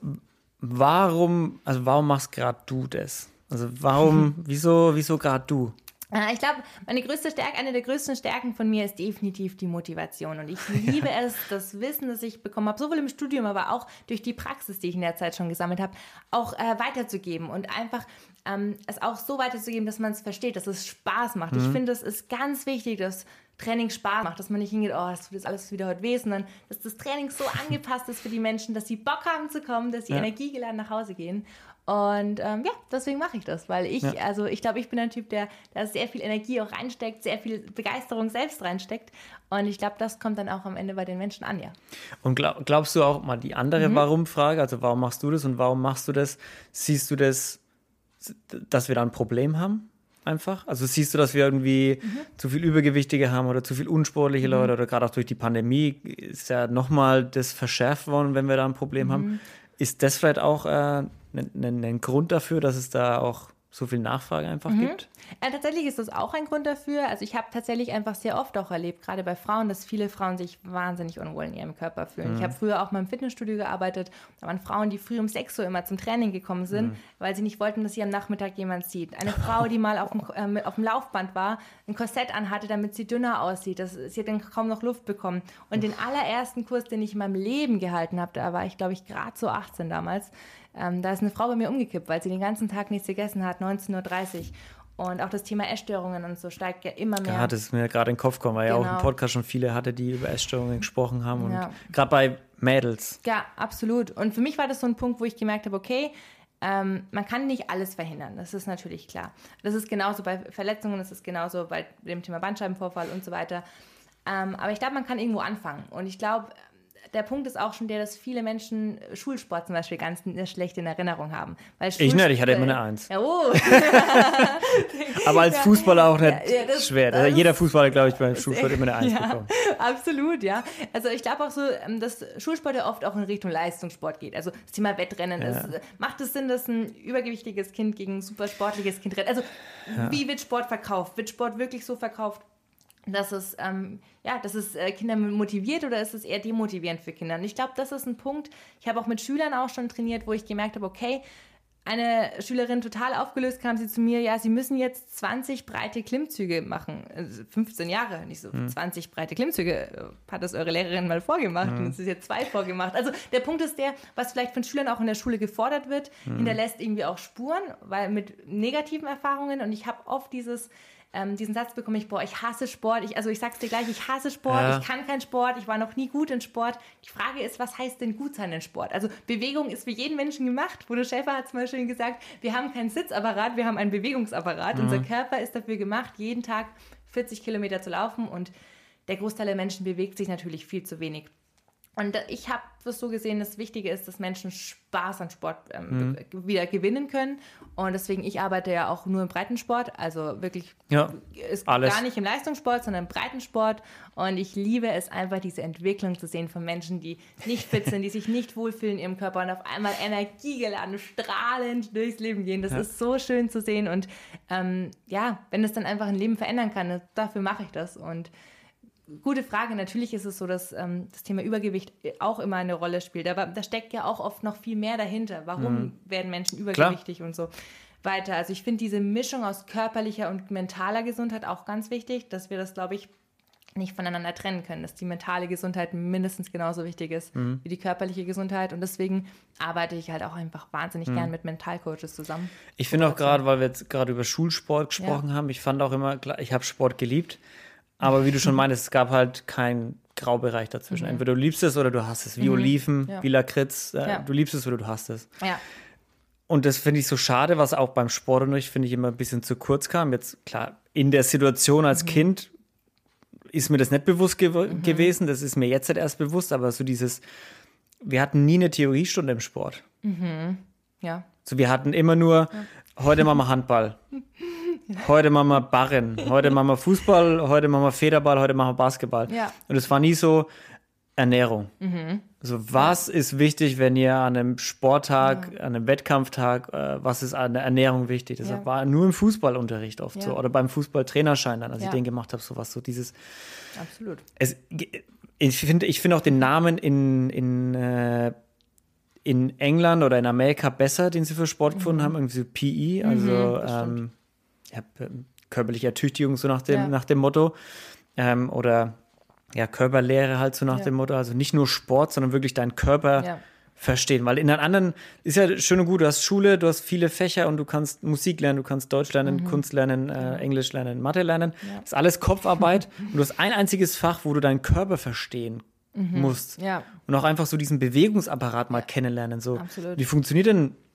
Warum machst gerade du das? Also wieso gerade du? Ich glaube, eine der größten Stärken von mir ist definitiv die Motivation. Und ich liebe es, das Wissen, das ich bekommen habe, sowohl im Studium, aber auch durch die Praxis, die ich in der Zeit schon gesammelt habe, auch weiterzugeben und einfach es auch so weiterzugeben, dass man es versteht, dass es Spaß macht. Ich finde, es ist ganz wichtig, dass Training Spaß macht, dass man nicht hingeht, das tut jetzt alles wieder heute weh, sondern dass das Training so angepasst ist für die Menschen, dass sie Bock haben zu kommen, dass sie energiegeladen nach Hause gehen. Und deswegen mache ich das, weil ich glaube, ich bin ein Typ, der sehr viel Energie auch reinsteckt, sehr viel Begeisterung selbst reinsteckt. Und ich glaube, das kommt dann auch am Ende bei den Menschen an, ja. Und glaubst du auch mal die andere Warum-Frage, also warum machst du das und warum machst du das? Siehst du das, dass wir da ein Problem haben? Einfach? Also siehst du, dass wir irgendwie zu viel Übergewichtige haben oder zu viel unsportliche Leute oder gerade auch durch die Pandemie ist ja nochmal das verschärft worden, wenn wir da ein Problem haben. Ist das vielleicht auch ein Grund dafür, dass es da auch so viel Nachfrage einfach gibt? Tatsächlich ist das auch ein Grund dafür. Also ich habe tatsächlich einfach sehr oft auch erlebt, gerade bei Frauen, dass viele Frauen sich wahnsinnig unwohl in ihrem Körper fühlen. Ich habe früher auch mal im Fitnessstudio gearbeitet. Da waren Frauen, die früh um 6 Uhr immer zum Training gekommen sind, weil sie nicht wollten, dass sie am Nachmittag jemand sieht. Eine Frau, die mal auf dem Laufband war, ein Korsett anhatte, damit sie dünner aussieht. Sie hat dann kaum noch Luft bekommen. Und den allerersten Kurs, den ich in meinem Leben gehalten habe, da war ich, glaube ich, gerade so 18 damals, da ist eine Frau bei mir umgekippt, weil sie den ganzen Tag nichts gegessen hat, 19.30 Uhr. Und auch das Thema Essstörungen und so steigt ja immer mehr. Ja, das ist mir gerade in den Kopf gekommen, weil ja auch im Podcast schon viele hatte, die über Essstörungen gesprochen haben. Und gerade bei Mädels. Ja, absolut. Und für mich war das so ein Punkt, wo ich gemerkt habe, okay, man kann nicht alles verhindern, das ist natürlich klar. Das ist genauso bei Verletzungen, das ist genauso bei dem Thema Bandscheibenvorfall und so weiter. Aber ich glaube, man kann irgendwo anfangen. Und ich glaube, der Punkt ist auch schon der, dass viele Menschen Schulsport zum Beispiel ganz schlecht in Erinnerung haben. Weil ich nicht, ich hatte immer eine 1. Ja, oh. Aber als Fußballer auch nicht schwer. Jeder Fußballer, glaube ich, beim Schulsport immer eine 1 bekommen. Absolut, ja. Also ich glaube auch so, dass Schulsport ja oft auch in Richtung Leistungssport geht. Also das Thema Wettrennen ist. Macht es Sinn, dass ein übergewichtiges Kind gegen ein super sportliches Kind rennt? Also wie wird Sport verkauft? Wird Sport wirklich so verkauft, dass es Kinder motiviert oder ist es eher demotivierend für Kinder? Und ich glaube, das ist ein Punkt. Ich habe auch mit Schülern auch schon trainiert, wo ich gemerkt habe, okay, eine Schülerin total aufgelöst kam sie zu mir, ja, sie müssen jetzt 20 breite Klimmzüge machen. 15 Jahre, nicht so 20 breite Klimmzüge. Hat das eure Lehrerin mal vorgemacht und es ist jetzt 2 vorgemacht. Also der Punkt ist der, was vielleicht von Schülern auch in der Schule gefordert wird, hinterlässt irgendwie auch Spuren, weil mit negativen Erfahrungen und ich habe oft diesen Satz bekomme ich, ich hasse Sport. Ich sag's dir gleich, ich hasse Sport, ich kann keinen Sport, ich war noch nie gut in Sport. Die Frage ist, was heißt denn gut sein in Sport? Also Bewegung ist für jeden Menschen gemacht. Bodo Schäfer hat zum Beispiel gesagt, wir haben keinen Sitzapparat, wir haben einen Bewegungsapparat. Unser Körper ist dafür gemacht, jeden Tag 40 Kilometer zu laufen und der Großteil der Menschen bewegt sich natürlich viel zu wenig. Und ich habe das so gesehen, das Wichtige ist, dass Menschen Spaß an Sport wieder gewinnen können. Und deswegen, ich arbeite ja auch nur im Breitensport, also wirklich ist alles. Gar nicht im Leistungssport, sondern im Breitensport. Und ich liebe es einfach, diese Entwicklung zu sehen von Menschen, die nicht fit sind, die sich nicht wohlfühlen in ihrem Körper und auf einmal energiegeladen, strahlend durchs Leben gehen. Das ist so schön zu sehen. Und wenn das dann einfach ein Leben verändern kann, dafür mache ich das. Und gute Frage. Natürlich ist es so, dass das Thema Übergewicht auch immer eine Rolle spielt. Aber da steckt ja auch oft noch viel mehr dahinter. Warum werden Menschen übergewichtig und so weiter? Also ich finde diese Mischung aus körperlicher und mentaler Gesundheit auch ganz wichtig, dass wir das, glaube ich, nicht voneinander trennen können, dass die mentale Gesundheit mindestens genauso wichtig ist wie die körperliche Gesundheit. Und deswegen arbeite ich halt auch einfach wahnsinnig gern mit Mentalcoaches zusammen. Ich finde auch gerade, weil wir jetzt gerade über Schulsport gesprochen haben, ich fand auch immer, klar, ich habe Sport geliebt. Aber wie du schon meintest, es gab halt keinen Graubereich dazwischen. Entweder du liebst es oder du hasst es. Wie Oliven, wie Lakritz. Du liebst es oder du hasst es. Ja. Und das finde ich so schade, was auch beim Sportunterricht, finde ich, immer ein bisschen zu kurz kam. Jetzt, klar, in der Situation als Kind ist mir das nicht bewusst gewesen. Das ist mir jetzt halt erst bewusst. Aber so wir hatten nie eine Theoriestunde im Sport. Ja. So, wir hatten immer nur, heute machen wir Handball. Heute machen wir Barren, heute machen wir Fußball, heute machen wir Federball, heute machen wir Basketball. Ja. Und es war nie so Ernährung. Also was ist wichtig, wenn ihr an einem Sporttag, an einem Wettkampftag, was ist an der Ernährung wichtig? Das war nur im Fußballunterricht oft so oder beim Fußballtrainerschein dann, als ich den gemacht habe, sowas, so dieses. Absolut. Ich finde auch den Namen in England oder in Amerika besser, den sie für Sport gefunden haben, irgendwie so PE, also körperliche Ertüchtigung, so nach dem Motto. Oder Körperlehre halt so nach dem Motto. Also nicht nur Sport, sondern wirklich deinen Körper verstehen. Weil in den anderen ist ja schön und gut, du hast Schule, du hast viele Fächer und du kannst Musik lernen, du kannst Deutsch lernen, Kunst lernen, Englisch lernen, Mathe lernen. Das ist alles Kopfarbeit. Und du hast ein einziges Fach, wo du deinen Körper verstehen musst. Ja. Und auch einfach so diesen Bewegungsapparat mal kennenlernen. So, Absolut. wie funktioniert denn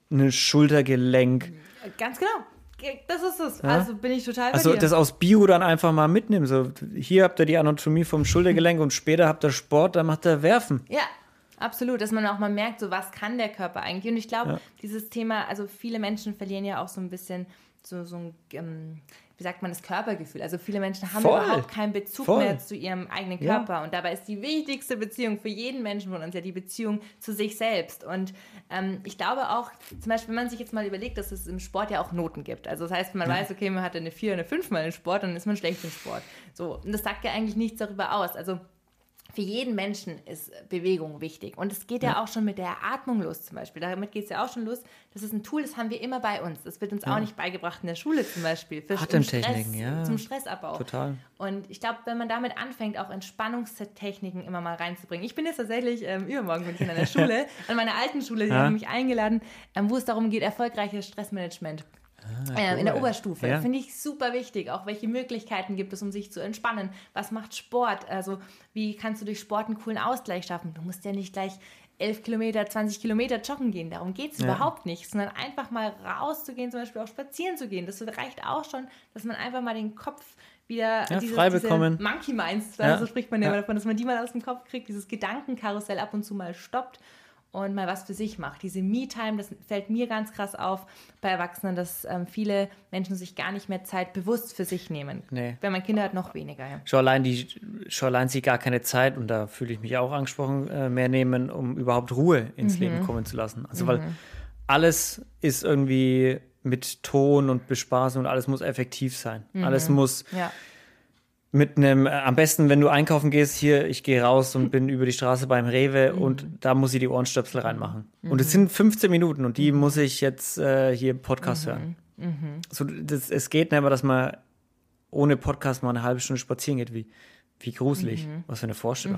ein Schultergelenk. Ganz genau. Das ist es. Ja? Also bin ich total bei Also dir. das aus Bio dann einfach mal mitnehmen. So, hier habt ihr die Anatomie vom Schultergelenk und später habt ihr Sport, dann macht ihr Werfen. Ja, absolut. Dass man auch mal merkt, so was kann der Körper eigentlich. Und ich glaube, dieses Thema, also viele Menschen verlieren ja auch so ein bisschen so ein, wie sagt man, das Körpergefühl. Also viele Menschen haben überhaupt keinen Bezug mehr zu ihrem eigenen Körper. Und dabei ist die wichtigste Beziehung für jeden Menschen von uns ja die Beziehung zu sich selbst. Und ich glaube auch, zum Beispiel, wenn man sich jetzt mal überlegt, dass es im Sport ja auch Noten gibt. Also das heißt, man weiß, okay, man hatte eine 4 oder eine 5 mal im Sport, dann ist man schlecht im Sport. So, und das sagt ja eigentlich nichts darüber aus. Also für jeden Menschen ist Bewegung wichtig. Und es geht ja auch schon mit der Atmung los zum Beispiel. Damit geht es ja auch schon los. Das ist ein Tool, das haben wir immer bei uns. Das wird uns auch nicht beigebracht in der Schule zum Beispiel. Für Atemtechniken, zum Stressabbau. Total. Und ich glaube, wenn man damit anfängt, auch Entspannungstechniken immer mal reinzubringen. Ich bin jetzt tatsächlich, übermorgen bin ich in einer Schule, an meiner alten Schule, die haben mich eingeladen, wo es darum geht, erfolgreiches Stressmanagement. Cool. In der Oberstufe. Ja. Finde ich super wichtig. Auch welche Möglichkeiten gibt es, um sich zu entspannen? Was macht Sport? Also wie kannst du durch Sport einen coolen Ausgleich schaffen? Du musst ja nicht gleich 11 Kilometer, 20 Kilometer joggen gehen. Darum geht es überhaupt nicht. Sondern einfach mal rauszugehen, zum Beispiel auch spazieren zu gehen. Das reicht auch schon, dass man einfach mal den Kopf wieder frei bekommen. Monkey Minds, so spricht man ja immer davon, dass man die mal aus dem Kopf kriegt, dieses Gedankenkarussell ab und zu mal stoppt und mal was für sich macht. Diese Me-Time, das fällt mir ganz krass auf bei Erwachsenen, dass viele Menschen sich gar nicht mehr Zeit bewusst für sich nehmen. Nee. Wenn man Kinder hat, noch weniger. Ja. Schon allein sie gar keine Zeit, und da fühle ich mich auch angesprochen, mehr nehmen, um überhaupt Ruhe ins Leben kommen zu lassen. Also weil alles ist irgendwie mit Ton und Bespaßung und alles muss effektiv sein. Alles muss... Ja. Mit einem, am besten, wenn du einkaufen gehst, hier, ich gehe raus und bin über die Straße beim Rewe und da muss ich die Ohrenstöpsel reinmachen. Und es sind 15 Minuten und die muss ich jetzt hier Podcast hören. So, es geht nicht mehr, dass man ohne Podcast mal eine halbe Stunde spazieren geht. Wie gruselig. Was für eine Vorstellung.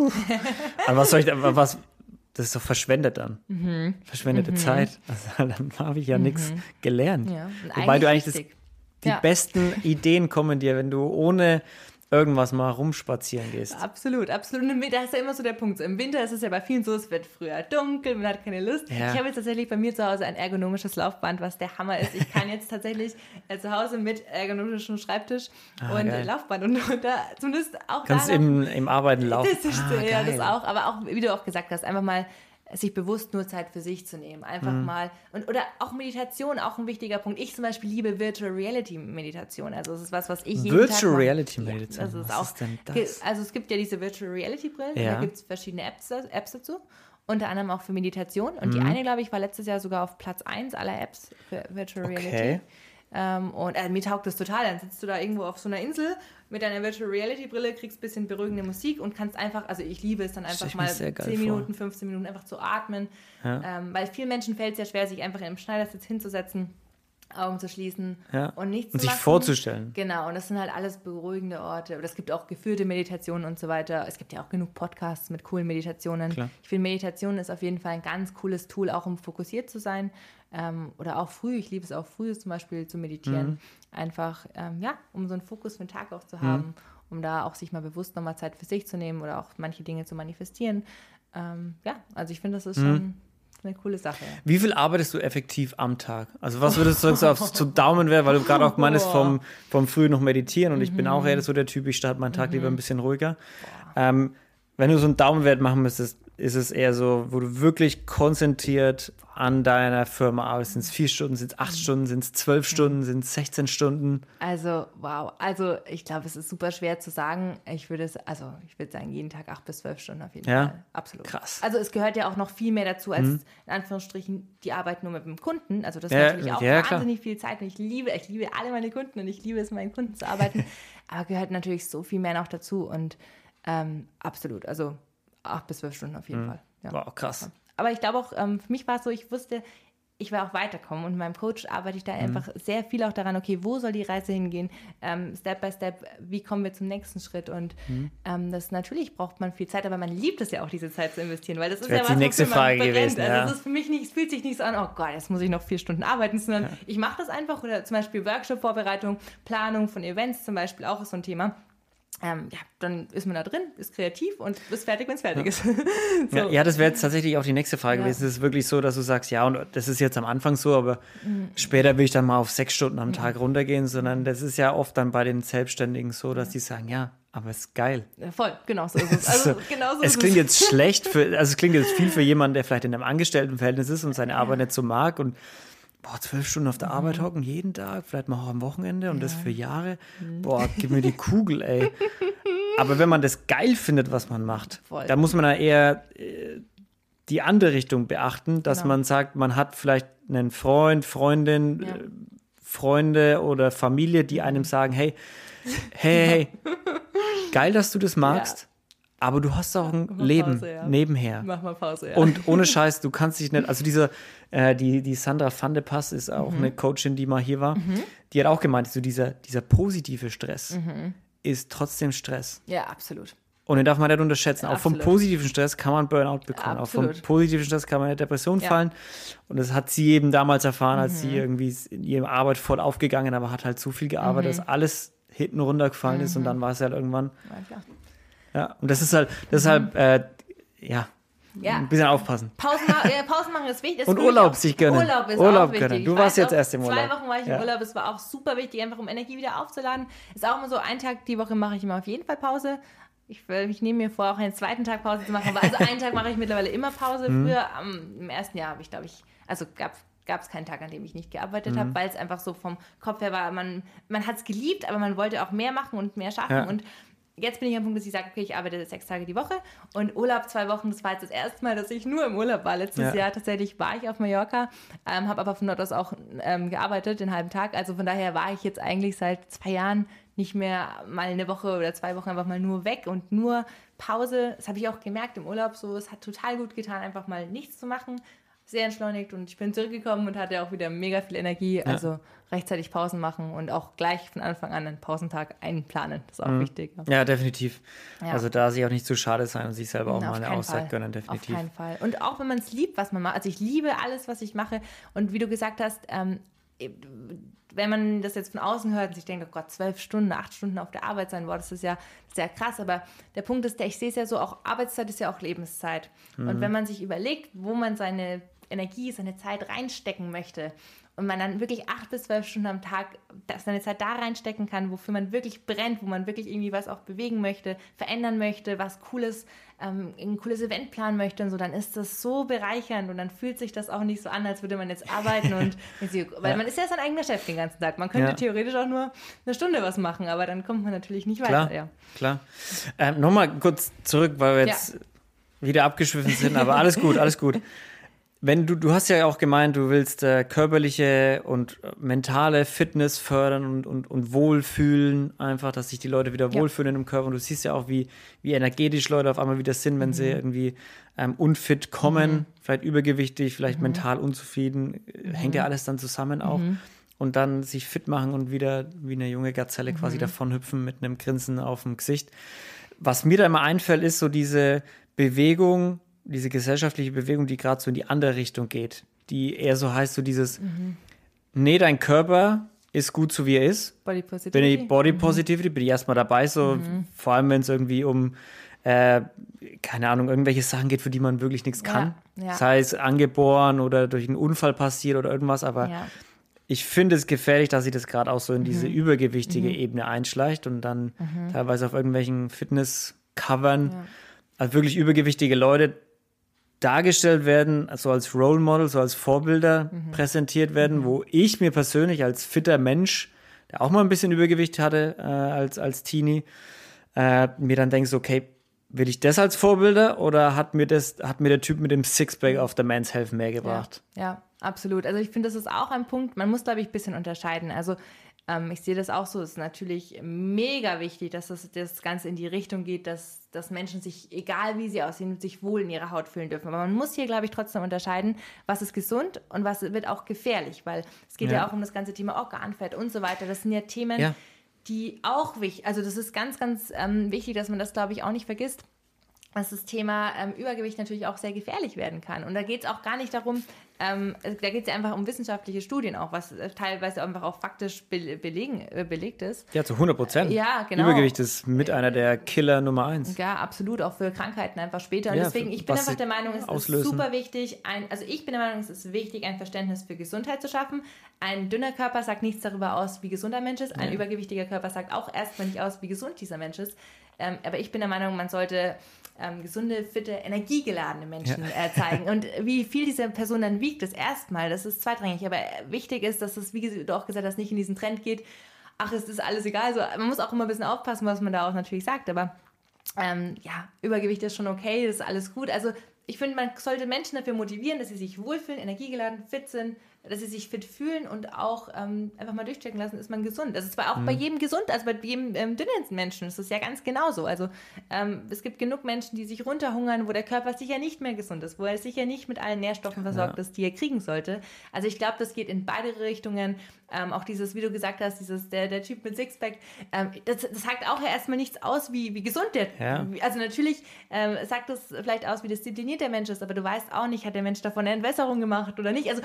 Aber was soll ich da, das ist doch verschwendet dann. Verschwendete Zeit. Also, dann habe ich ja nichts gelernt. Ja. Wobei du eigentlich die besten Ideen kommen dir, wenn du ohne irgendwas mal rumspazieren gehst. Absolut, absolut. Und da ist ja immer so der Punkt. So, im Winter ist es ja bei vielen so, es wird früher dunkel, man hat keine Lust. Ja. Ich habe jetzt tatsächlich bei mir zu Hause ein ergonomisches Laufband, was der Hammer ist. Ich kann jetzt tatsächlich zu Hause mit ergonomischem Schreibtisch und geil. Laufband und da zumindest auch kannst im Arbeiten laufen. Das ist das auch. Aber auch, wie du auch gesagt hast, einfach mal sich bewusst nur Zeit für sich zu nehmen. Einfach mal. Oder auch Meditation, auch ein wichtiger Punkt. Ich zum Beispiel liebe Virtual Reality Meditation. Also es ist was ich jeden Tag Virtual Reality Meditation? Ja, was ist denn das? Also es gibt ja diese Virtual Reality Brillen. Da gibt es verschiedene Apps dazu. Unter anderem auch für Meditation. Und die eine, glaube ich, war letztes Jahr sogar auf Platz 1 aller Apps für Virtual Reality. Und mir taugt das total. Dann sitzt du da irgendwo auf so einer Insel mit deiner Virtual Reality Brille, kriegst ein bisschen beruhigende Musik und kannst einfach, also ich liebe es dann einfach mal 10 Minuten, 15 Minuten einfach zu atmen. Ja. Weil vielen Menschen fällt es ja schwer, sich einfach in einem Schneidersitz hinzusetzen, Augen zu schließen und nichts zu machen. Und sich vorzustellen. Genau, und das sind halt alles beruhigende Orte. Oder es gibt auch geführte Meditationen und so weiter. Es gibt ja auch genug Podcasts mit coolen Meditationen. Klar. Ich finde, Meditation ist auf jeden Fall ein ganz cooles Tool, auch um fokussiert zu sein. Oder auch früh, ich liebe es auch früh zum Beispiel zu meditieren. Einfach, um so einen Fokus für den Tag auch zu haben, um da auch sich mal bewusst nochmal Zeit für sich zu nehmen oder auch manche Dinge zu manifestieren. Also ich finde, das ist schon eine coole Sache. Wie viel arbeitest du effektiv am Tag? Also was würdest du sagen, so zu Daumenwert, weil du gerade auch meinst, vom Früh noch meditieren und ich bin auch eher so der Typ, ich starte meinen Tag lieber ein bisschen ruhiger. Wenn du so einen Daumenwert machen müsstest, ist es eher so, wo du wirklich konzentriert an deiner Firma arbeitest. Sind es 4 Stunden, sind es 8 Stunden, sind es 12 Stunden, sind es 16 Stunden? Also, wow. Also, ich glaube, es ist super schwer zu sagen. Ich würde sagen, jeden Tag 8 bis 12 Stunden auf jeden Fall. Absolut. Krass. Also, es gehört ja auch noch viel mehr dazu, als in Anführungsstrichen die Arbeit nur mit dem Kunden. Also, das ist natürlich auch wahnsinnig viel Zeit. Und ich liebe alle meine Kunden und ich liebe es, mit meinen Kunden zu arbeiten. Aber gehört natürlich so viel mehr noch dazu und absolut. Also, 8 bis 12 Stunden auf jeden Fall. Ja. Wow, krass. Aber ich glaube auch, für mich war es so, ich wusste, ich will auch weiterkommen. Und mit meinem Coach arbeite ich da einfach sehr viel auch daran, okay, wo soll die Reise hingehen? Step by Step, wie kommen wir zum nächsten Schritt? Und das natürlich braucht man viel Zeit, aber man liebt es ja auch, diese Zeit zu investieren, weil das ist ja was, die nächste Frage gewesen. Also es ist für mich nicht, es fühlt sich nicht so an, oh Gott, jetzt muss ich noch 4 Stunden arbeiten, sondern ich mache das einfach. Oder zum Beispiel Workshop-Vorbereitung, Planung von Events zum Beispiel auch ist so ein Thema. dann ist man da drin, ist kreativ und ist fertig, wenn es fertig ist. So. Ja, das wäre jetzt tatsächlich auch die nächste Frage gewesen. Es ist wirklich so, dass du sagst, ja, und das ist jetzt am Anfang so, aber später will ich dann mal auf 6 Stunden am Tag runtergehen, sondern das ist ja oft dann bei den Selbstständigen so, dass die sagen, ja, aber es ist geil. Ja, voll, genau so ist es. Also, genau so es klingt jetzt schlecht, es klingt jetzt viel für jemanden, der vielleicht in einem Angestelltenverhältnis ist und seine Arbeit nicht so mag und 12 Stunden auf der Arbeit hocken, jeden Tag, vielleicht mal auch am Wochenende und das für Jahre. Gib mir die Kugel, ey. Aber wenn man das geil findet, was man macht, dann muss man ja eher die andere Richtung beachten, dass man sagt, man hat vielleicht einen Freund, Freundin, Freunde oder Familie, die einem sagen, hey, geil, dass du das magst. Aber du hast auch ein Leben nebenher. Mach mal Pause, ja. Und ohne Scheiß, du kannst dich nicht, also die Sandra van de Pass ist auch eine Coachin, die mal hier war, die hat auch gemeint, so dieser positive Stress ist trotzdem Stress. Ja, absolut. Und den darf man nicht unterschätzen. Auch vom positiven Stress kann man Burnout bekommen. Absolut. Auch vom positiven Stress kann man in Depression fallen. Und das hat sie eben damals erfahren, als sie irgendwie in ihrer Arbeit voll aufgegangen, aber hat halt so viel gearbeitet, dass alles hinten runtergefallen ist und dann war es halt irgendwann. Ja, und das ist halt, deshalb, ein bisschen aufpassen. Pausen machen ist wichtig. Und Urlaub sich gönnen. Urlaub ist auch wichtig. Gönnen. Du warst jetzt erst im Urlaub. 2 Wochen war ich im Urlaub, es war auch super wichtig, einfach um Energie wieder aufzuladen. Ist auch immer so, einen Tag die Woche mache ich immer auf jeden Fall Pause. Ich nehme mir vor, auch einen zweiten Tag Pause zu machen, aber also einen Tag mache ich mittlerweile immer Pause. Früher, im ersten Jahr habe ich, glaube ich, also gab es keinen Tag, an dem ich nicht gearbeitet habe, weil es einfach so vom Kopf her war, man hat es geliebt, aber man wollte auch mehr machen und mehr schaffen und jetzt bin ich am Punkt, dass ich sage, okay, ich arbeite 6 Tage die Woche und Urlaub 2 Wochen, das war jetzt das erste Mal, dass ich nur im Urlaub war. Letztes Jahr tatsächlich war ich auf Mallorca, habe aber von dort aus auch gearbeitet, den halben Tag. Also von daher war ich jetzt eigentlich seit 2 Jahren nicht mehr mal eine Woche oder 2 Wochen einfach mal nur weg und nur Pause. Das habe ich auch gemerkt im Urlaub so, es hat total gut getan, einfach mal nichts zu machen. Sehr entschleunigt und ich bin zurückgekommen und hatte auch wieder mega viel Energie. Also rechtzeitig Pausen machen und auch gleich von Anfang an einen Pausentag einplanen. Das ist auch wichtig. Ja, definitiv. Ja. Also da sich auch nicht zu schade sein und sich selber auch mal eine Auszeit gönnen, definitiv. Auf keinen Fall. Und auch wenn man es liebt, was man macht. Also ich liebe alles, was ich mache. Und wie du gesagt hast, wenn man das jetzt von außen hört und sich denkt, oh Gott, 12 Stunden, 8 Stunden auf der Arbeit sein, das ist ja sehr krass. Aber der Punkt ist, ich sehe es ja so, auch Arbeitszeit ist ja auch Lebenszeit. Und wenn man sich überlegt, wo man seine Energie, seine Zeit reinstecken möchte und man dann wirklich 8 bis 12 Stunden am Tag seine Zeit da reinstecken kann, wofür man wirklich brennt, wo man wirklich irgendwie was auch bewegen möchte, verändern möchte, was Cooles, ein cooles Event planen möchte und so, dann ist das so bereichernd und dann fühlt sich das auch nicht so an, als würde man jetzt arbeiten und weil man ist ja sein eigener Chef den ganzen Tag. Man könnte theoretisch auch nur eine Stunde was machen, aber dann kommt man natürlich nicht weiter. Klar. Nochmal kurz zurück, weil wir jetzt wieder abgeschwiffen sind, aber alles gut, alles gut. Wenn du hast ja auch gemeint, du willst körperliche und mentale Fitness fördern und wohlfühlen, einfach, dass sich die Leute wieder wohlfühlen im Körper. Und du siehst ja auch, wie energetisch Leute auf einmal wieder sind, wenn sie irgendwie unfit kommen, vielleicht übergewichtig, vielleicht mental unzufrieden. Hängt ja alles dann zusammen auch. Und dann sich fit machen und wieder wie eine junge Gazelle quasi davonhüpfen mit einem Grinsen auf dem Gesicht. Was mir da immer einfällt, ist so diese Bewegung, diese gesellschaftliche Bewegung, die gerade so in die andere Richtung geht, die eher so heißt, so dieses, nee, dein Körper ist gut so wie er ist. Body Positivity. Body Positivity, bin ich erstmal dabei, so vor allem, wenn es irgendwie um, keine Ahnung, irgendwelche Sachen geht, für die man wirklich nichts kann. Sei es angeboren oder durch einen Unfall passiert oder irgendwas, aber ich finde es gefährlich, dass sich das gerade auch so in diese übergewichtige Ebene einschleicht und dann teilweise auf irgendwelchen Fitness-Covern also wirklich übergewichtige Leute dargestellt werden, also als Role Model, so als Vorbilder präsentiert werden, wo ich mir persönlich als fitter Mensch, der auch mal ein bisschen Übergewicht hatte als Teenie, mir dann denke, so, okay, will ich das als Vorbilder oder hat mir der Typ mit dem Sixpack auf der Men's Health mehr gebracht? Ja, absolut. Also ich finde, das ist auch ein Punkt, man muss, glaube ich, ein bisschen unterscheiden. Also ich sehe das auch so, es ist natürlich mega wichtig, dass das Ganze in die Richtung geht, dass Menschen sich, egal wie sie aussehen, sich wohl in ihrer Haut fühlen dürfen. Aber man muss hier, glaube ich, trotzdem unterscheiden, was ist gesund und was wird auch gefährlich, weil es geht ja auch um das ganze Thema Organfett und so weiter. Das sind ja Themen, die auch wichtig, also das ist ganz, ganz wichtig, dass man das, glaube ich, auch nicht vergisst. dass das Thema Übergewicht natürlich auch sehr gefährlich werden kann. Und da geht es auch gar nicht darum, da geht es ja einfach um wissenschaftliche Studien auch, was teilweise einfach auch faktisch belegt ist. Ja, zu 100%. Ja, genau. Übergewicht ist mit einer der Killer Nummer 1. Ja, absolut, auch für Krankheiten einfach später. Und deswegen, ich bin einfach der Meinung, es ist super wichtig, ich bin der Meinung, es ist wichtig, ein Verständnis für Gesundheit zu schaffen. Ein dünner Körper sagt nichts darüber aus, wie gesund ein Mensch ist. Ein übergewichtiger Körper sagt auch erstmal nicht aus, wie gesund dieser Mensch ist. Aber ich bin der Meinung, man sollte gesunde, fitte, energiegeladene Menschen zeigen. Und wie viel diese Person dann wiegt, das erstmal, das ist zweitrangig. Aber wichtig ist, dass es, wie du auch gesagt hast, nicht in diesen Trend geht, ach, es ist alles egal. Also, man muss auch immer ein bisschen aufpassen, was man da auch natürlich sagt. Aber Übergewicht ist schon okay, das ist alles gut. Also ich finde, man sollte Menschen dafür motivieren, dass sie sich wohlfühlen, energiegeladen, fit sind, dass sie sich fit fühlen und auch einfach mal durchchecken lassen, ist man gesund. Das ist zwar auch bei jedem gesund, also bei jedem dünnen Menschen ist das ja ganz genauso. Also es gibt genug Menschen, die sich runterhungern, wo der Körper sicher nicht mehr gesund ist, wo er sicher nicht mit allen Nährstoffen versorgt ist, die er kriegen sollte. Also ich glaube, das geht in beide Richtungen. Auch dieses, wie du gesagt hast, der Typ mit Sixpack, das sagt auch erstmal nichts aus, wie gesund der. Ja. Also natürlich sagt das vielleicht aus, wie diszipliniert der Mensch ist, aber du weißt auch nicht, hat der Mensch davon eine Entwässerung gemacht oder nicht. Also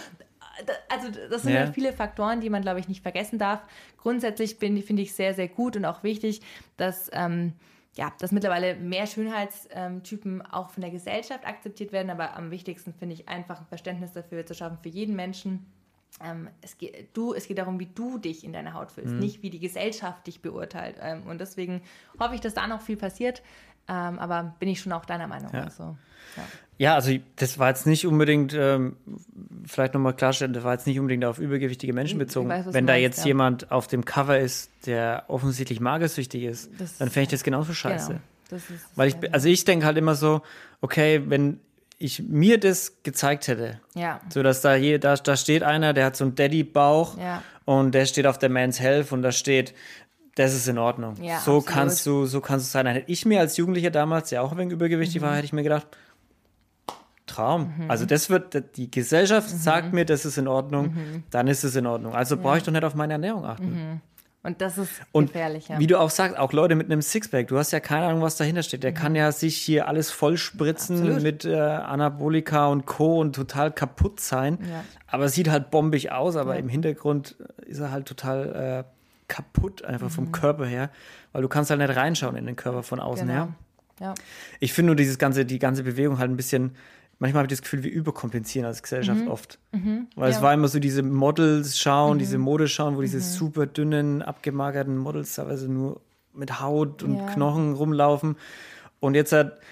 das sind halt viele Faktoren, die man, glaube ich, nicht vergessen darf. Grundsätzlich finde ich sehr, sehr gut und auch wichtig, dass mittlerweile mehr Schönheitstypen auch von der Gesellschaft akzeptiert werden, aber am wichtigsten finde ich einfach ein Verständnis dafür zu schaffen für jeden Menschen. Es geht darum, wie du dich in deiner Haut fühlst, nicht wie die Gesellschaft dich beurteilt. Und deswegen hoffe ich, dass da noch viel passiert. Aber bin ich schon auch deiner Meinung. Ja. Also, Ja, also das war jetzt nicht unbedingt, vielleicht nochmal klarstellen, das war jetzt nicht unbedingt auf übergewichtige Menschen bezogen. Ich weiß, wenn da jetzt jemand auf dem Cover ist, der offensichtlich magersüchtig ist, dann fände ich das genauso scheiße. Genau. Das ist, Weil ich denke halt immer so, okay, wenn ich mir das gezeigt hätte, so dass da steht einer, der hat so einen Daddy-Bauch und der steht auf der Men's Health und da steht, das ist in Ordnung. Ja, so kannst du sein. Dann hätte ich mir als Jugendlicher damals, der auch ein wenig übergewichtig war, hätte ich mir gedacht, Traum. Also die Gesellschaft sagt mir, das ist in Ordnung, dann ist es in Ordnung. Also brauche ich doch nicht auf meine Ernährung achten. Und das ist gefährlich, ja. Wie du auch sagst, auch Leute mit einem Sixpack, du hast ja keine Ahnung, was dahinter steht. Der kann ja sich hier alles vollspritzen mit Anabolika und Co. und total kaputt sein. Ja. Aber sieht halt bombig aus, aber im Hintergrund ist er halt total kaputt einfach vom Körper her, weil du kannst halt nicht reinschauen in den Körper von außen her. Ja. Ich finde nur die ganze Bewegung halt ein bisschen, manchmal habe ich das Gefühl, wir überkompensieren als Gesellschaft oft. Weil es war immer so diese Models schauen, diese Mode schauen, wo diese super dünnen, abgemagerten Models teilweise nur mit Haut und Knochen rumlaufen. Und jetzt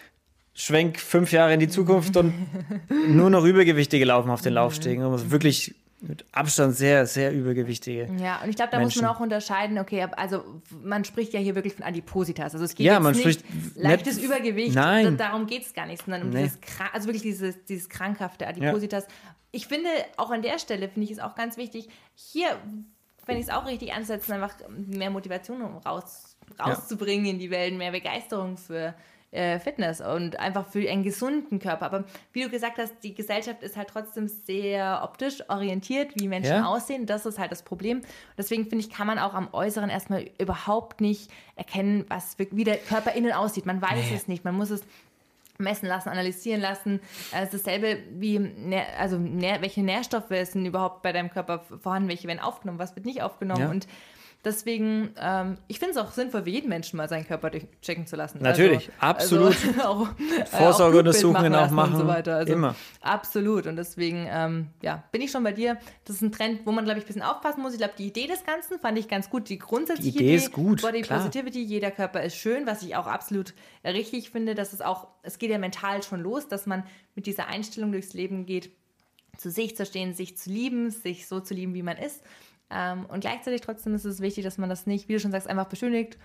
Schwenk 5 Jahre in die Zukunft und nur noch Übergewichtige laufen auf den Laufstegen. Also wirklich mit Abstand sehr, sehr übergewichtige Ja, und ich glaube, da muss man auch unterscheiden, okay, also man spricht ja hier wirklich von Adipositas. Also es geht jetzt nicht leichtes Übergewicht, nein. Darum geht es gar nicht, sondern um dieses krankhafte Adipositas. Ja. Ich finde, auch an der Stelle finde ich es auch ganz wichtig, hier, wenn ich es auch richtig ansetze, einfach mehr Motivation rauszubringen in die Welt, mehr Begeisterung für Fitness und einfach für einen gesunden Körper. Aber wie du gesagt hast, die Gesellschaft ist halt trotzdem sehr optisch orientiert, wie Menschen aussehen. Das ist halt das Problem. Und deswegen finde ich, kann man auch am Äußeren erstmal überhaupt nicht erkennen, wie der Körper innen aussieht. Man weiß es nicht. Man muss es messen lassen, analysieren lassen. Es ist dasselbe wie, welche Nährstoffe sind überhaupt bei deinem Körper vorhanden, welche werden aufgenommen, was wird nicht aufgenommen. Ja. Und deswegen, ich finde es auch sinnvoll, für jeden Menschen mal seinen Körper durchchecken zu lassen. Natürlich, absolut. Auch Vorsorgeuntersuchungen auch machen. Und so weiter. Also, immer. Absolut. Und deswegen, bin ich schon bei dir. Das ist ein Trend, wo man, glaube ich, ein bisschen aufpassen muss. Ich glaube, die Idee des Ganzen fand ich ganz gut. Die grundsätzliche Idee ist gut. Body Positivity, jeder Körper ist schön, was ich auch absolut richtig finde. Dass es geht ja mental schon los, dass man mit dieser Einstellung durchs Leben geht, zu sich zu stehen, sich zu lieben, sich so zu lieben, wie man ist. Und gleichzeitig trotzdem ist es wichtig, dass man das nicht, wie du schon sagst, einfach beschönigt.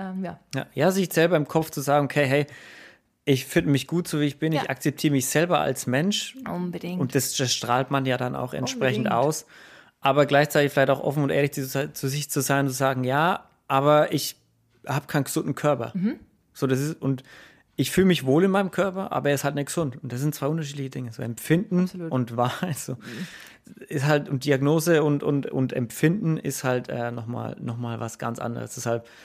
Sich selber im Kopf zu sagen, okay, hey, ich finde mich gut, so wie ich bin, ich akzeptiere mich selber als Mensch. Unbedingt. Und das strahlt man ja dann auch entsprechend aus. Aber gleichzeitig vielleicht auch offen und ehrlich zu sich zu sein und zu sagen, ja, aber ich habe keinen gesunden Körper. So, das ist, und ich fühle mich wohl in meinem Körper, aber er ist halt nicht gesund. Und das sind zwei unterschiedliche Dinge. So Empfinden und Wahrheit. So. Ist halt, und Diagnose und Empfinden ist halt noch mal was ganz anderes. Deshalb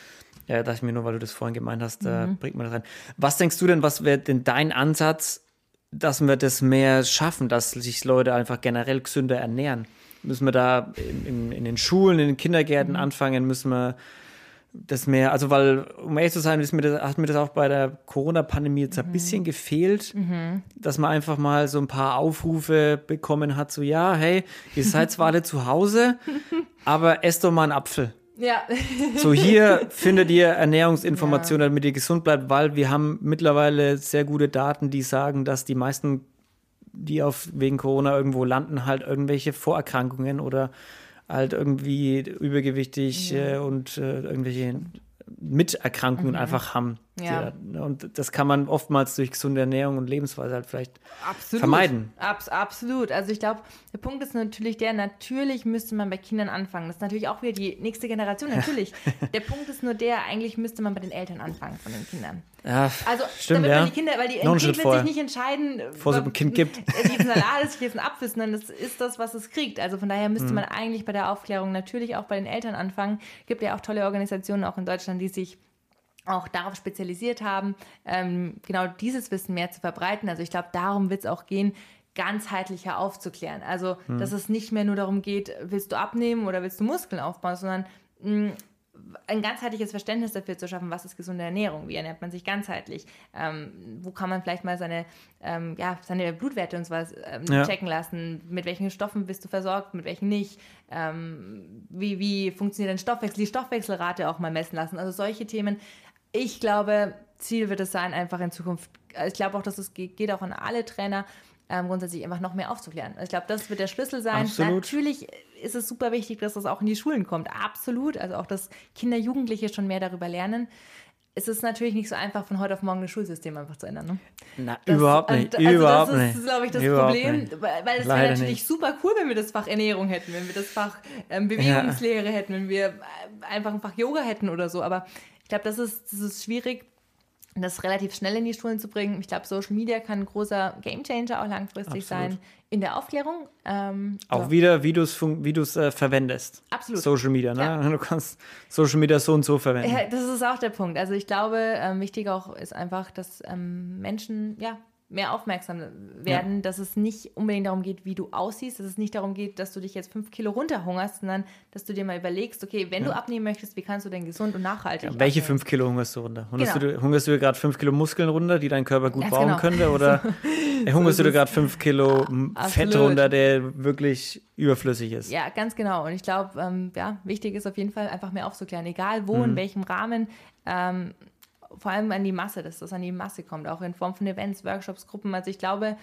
Ja, dachte ich mir nur, weil du das vorhin gemeint hast, bringt man das rein. Was denkst du denn, was wäre denn dein Ansatz, dass wir das mehr schaffen, dass sich Leute einfach generell gesünder ernähren? Müssen wir da in den Schulen, in den Kindergärten anfangen? Müssen wir das mehr, also weil, um ehrlich zu sein, hat mir das auch bei der Corona-Pandemie jetzt ein bisschen gefehlt, dass man einfach mal so ein paar Aufrufe bekommen hat, so ja, hey, ihr seid zwar alle zu Hause, aber esst doch mal einen Apfel. Ja. So, hier findet ihr Ernährungsinformationen, damit ihr gesund bleibt, weil wir haben mittlerweile sehr gute Daten, die sagen, dass die meisten, die wegen Corona irgendwo landen, halt irgendwelche Vorerkrankungen oder halt irgendwie übergewichtig und irgendwelche Miterkrankungen einfach haben. Ja. Und das kann man oftmals durch gesunde Ernährung und Lebensweise halt vielleicht vermeiden. Absolut. Also ich glaube, der Punkt ist natürlich müsste man bei Kindern anfangen. Das ist natürlich auch wieder die nächste Generation, natürlich. Der Punkt ist nur eigentlich müsste man bei den Eltern anfangen von den Kindern. Ja, also stimmt, damit man die Kinder, weil ein Kind wird sich nicht entscheiden, bevor es ein Kind gibt. Es ist ein Salat, es ist ein Apfel, sondern das ist das, was es kriegt. Also von daher müsste man eigentlich bei der Aufklärung natürlich auch bei den Eltern anfangen. Es gibt ja auch tolle Organisationen, auch in Deutschland, die sich auch darauf spezialisiert haben, genau dieses Wissen mehr zu verbreiten. Also ich glaube, darum wird es auch gehen, ganzheitlicher aufzuklären. Also, dass es nicht mehr nur darum geht, willst du abnehmen oder willst du Muskeln aufbauen, sondern ein ganzheitliches Verständnis dafür zu schaffen, was ist gesunde Ernährung, wie ernährt man sich ganzheitlich, wo kann man vielleicht mal seine Blutwerte und sowas checken lassen, mit welchen Stoffen bist du versorgt, mit welchen nicht, wie funktioniert dein Stoffwechsel, die Stoffwechselrate auch mal messen lassen, also solche Themen. Ich glaube, Ziel wird es sein, einfach in Zukunft, ich glaube auch, dass es geht auch an alle Trainer, grundsätzlich einfach noch mehr aufzuklären. Also ich glaube, das wird der Schlüssel sein. Absolut. Natürlich ist es super wichtig, dass das auch in die Schulen kommt. Absolut. Also auch, dass Kinder, Jugendliche schon mehr darüber lernen. Es ist natürlich nicht so einfach, von heute auf morgen das Schulsystem einfach zu ändern. Ne? Na, überhaupt nicht. Das ist, glaube ich, das Problem. Weil es wäre natürlich super cool, wenn wir das Fach Ernährung hätten, wenn wir das Fach Bewegungslehre hätten, wenn wir einfach ein Fach Yoga hätten oder so. Aber ich glaube, das ist schwierig, das relativ schnell in die Schulen zu bringen. Ich glaube, Social Media kann ein großer Gamechanger auch langfristig sein in der Aufklärung. Auch wieder, wie du es verwendest. Absolut. Social Media, ne? Ja. Du kannst Social Media so und so verwenden. Ja, das ist auch der Punkt. Also ich glaube, wichtig auch ist einfach, dass Menschen, mehr aufmerksam werden, dass es nicht unbedingt darum geht, wie du aussiehst, dass es nicht darum geht, dass du dich jetzt 5 Kilo runterhungerst, sondern dass du dir mal überlegst, okay, wenn du abnehmen möchtest, wie kannst du denn gesund und nachhaltig abnehmen? Welche 5 Kilo hungerst du runter? Hungerst du gerade 5 Kilo Muskeln runter, die dein Körper gut brauchen könnte? Oder hungerst du dir gerade 5 Kilo Fett runter, der wirklich überflüssig ist? Ja, ganz genau. Und ich glaube, wichtig ist auf jeden Fall einfach mehr aufzuklären, egal wo, in welchem Rahmen, vor allem an die Masse, dass das an die Masse kommt, auch in Form von Events, Workshops, Gruppen. Also ich glaube,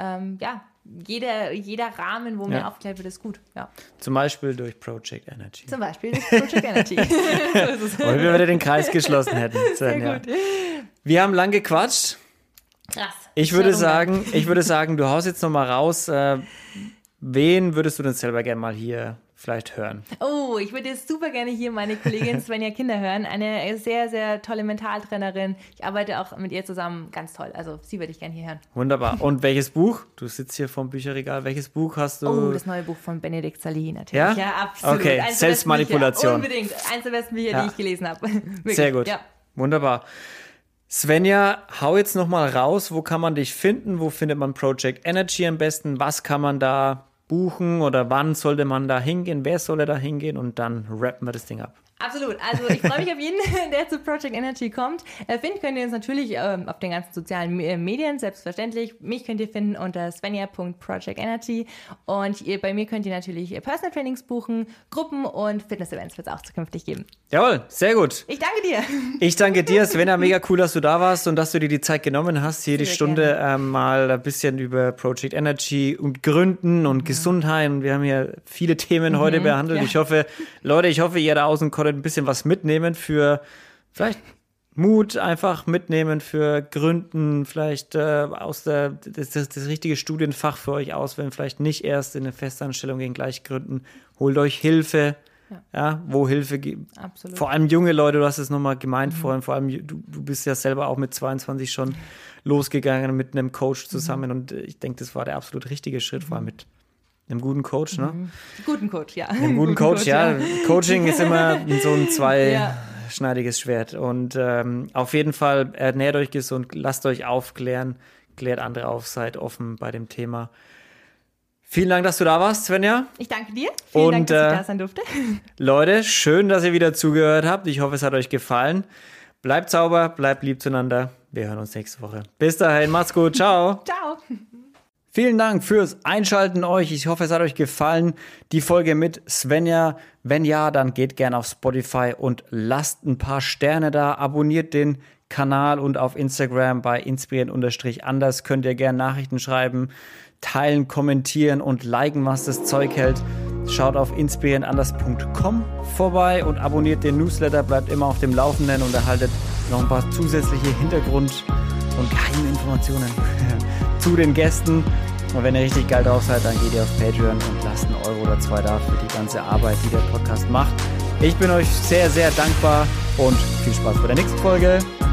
jeder Rahmen, wo mehr aufgeklärt wird, ist gut. Ja. Zum Beispiel durch Project Energy. So ist es. Weil wir wieder den Kreis geschlossen hätten. Sehr gut. Wir haben lang gequatscht. Krass. Ich würde sagen, du haust jetzt noch mal raus. Wen würdest du denn selber gerne mal hier vielleicht hören? Oh, ich würde jetzt super gerne hier meine Kollegin Svenja Kinder hören. Eine sehr, sehr tolle Mentaltrainerin. Ich arbeite auch mit ihr zusammen. Ganz toll. Also sie würde ich gerne hier hören. Wunderbar. Und welches Buch? Du sitzt hier vorm Bücherregal. Welches Buch hast du? Oh, das neue Buch von Benedikt Salih natürlich. Ja, absolut. Okay, Selbstmanipulation. Unbedingt. Eins der besten Bücher, die ich gelesen habe. Sehr gut. Ja. Wunderbar. Svenja, hau jetzt noch mal raus. Wo kann man dich finden? Wo findet man Project Energy am besten? Was kann man da buchen oder wann sollte man da hingehen, wer soll da hingehen und dann rappen wir das Ding ab. Absolut, also ich freue mich auf jeden, der zu Project Energy kommt. Finden könnt ihr uns natürlich auf den ganzen sozialen Medien, selbstverständlich. Mich könnt ihr finden unter svenja.projectenergy und bei mir könnt ihr natürlich Personal Trainings buchen, Gruppen und Fitness-Events wird es auch zukünftig geben. Jawohl, sehr gut. Ich danke dir. Ich danke dir, Svenja, mega cool, dass du da warst und dass du dir die Zeit genommen hast, hier die Stunde mal ein bisschen über Project Energy und Gründen und Gesundheit und wir haben hier viele Themen heute behandelt. Ja. Ich hoffe, ihr da außen konntet ein bisschen was mitnehmen für vielleicht Mut, einfach mitnehmen für Gründen, vielleicht das richtige Studienfach für euch auswählen, vielleicht nicht erst in eine Festanstellung gehen, gleich gründen. Holt euch Hilfe, wo Hilfe gibt. Absolut. Vor allem junge Leute, du hast es nochmal gemeint vorhin, vor allem du bist ja selber auch mit 22 schon losgegangen mit einem Coach zusammen und ich denke, das war der absolut richtige Schritt, vor allem mit einem guten Coach, ne? Guten Coach, ja. Einem guten Coach, ja. Coaching ist immer so ein zweischneidiges Schwert. Und auf jeden Fall ernährt euch gesund, lasst euch aufklären, klärt andere auf, seid offen bei dem Thema. Vielen Dank, dass du da warst, Svenja. Ich danke dir. Vielen Dank, dass ich da sein durfte. Leute, schön, dass ihr wieder zugehört habt. Ich hoffe, es hat euch gefallen. Bleibt sauber, bleibt lieb zueinander. Wir hören uns nächste Woche. Bis dahin, macht's gut. Ciao. Ciao. Vielen Dank fürs Einschalten euch. Ich hoffe, es hat euch gefallen, die Folge mit Svenja. Wenn ja, dann geht gerne auf Spotify und lasst ein paar Sterne da. Abonniert den Kanal und auf Instagram bei inspirieren_anders könnt ihr gerne Nachrichten schreiben, teilen, kommentieren und liken, was das Zeug hält. Schaut auf inspirierenanders.com vorbei und abonniert den Newsletter, bleibt immer auf dem Laufenden und erhaltet noch ein paar zusätzliche Hintergrund- und geheime Informationen zu den Gästen. Und wenn ihr richtig geil drauf seid, dann geht ihr auf Patreon und lasst einen Euro oder 2 da für die ganze Arbeit, die der Podcast macht. Ich bin euch sehr, sehr dankbar und viel Spaß bei der nächsten Folge.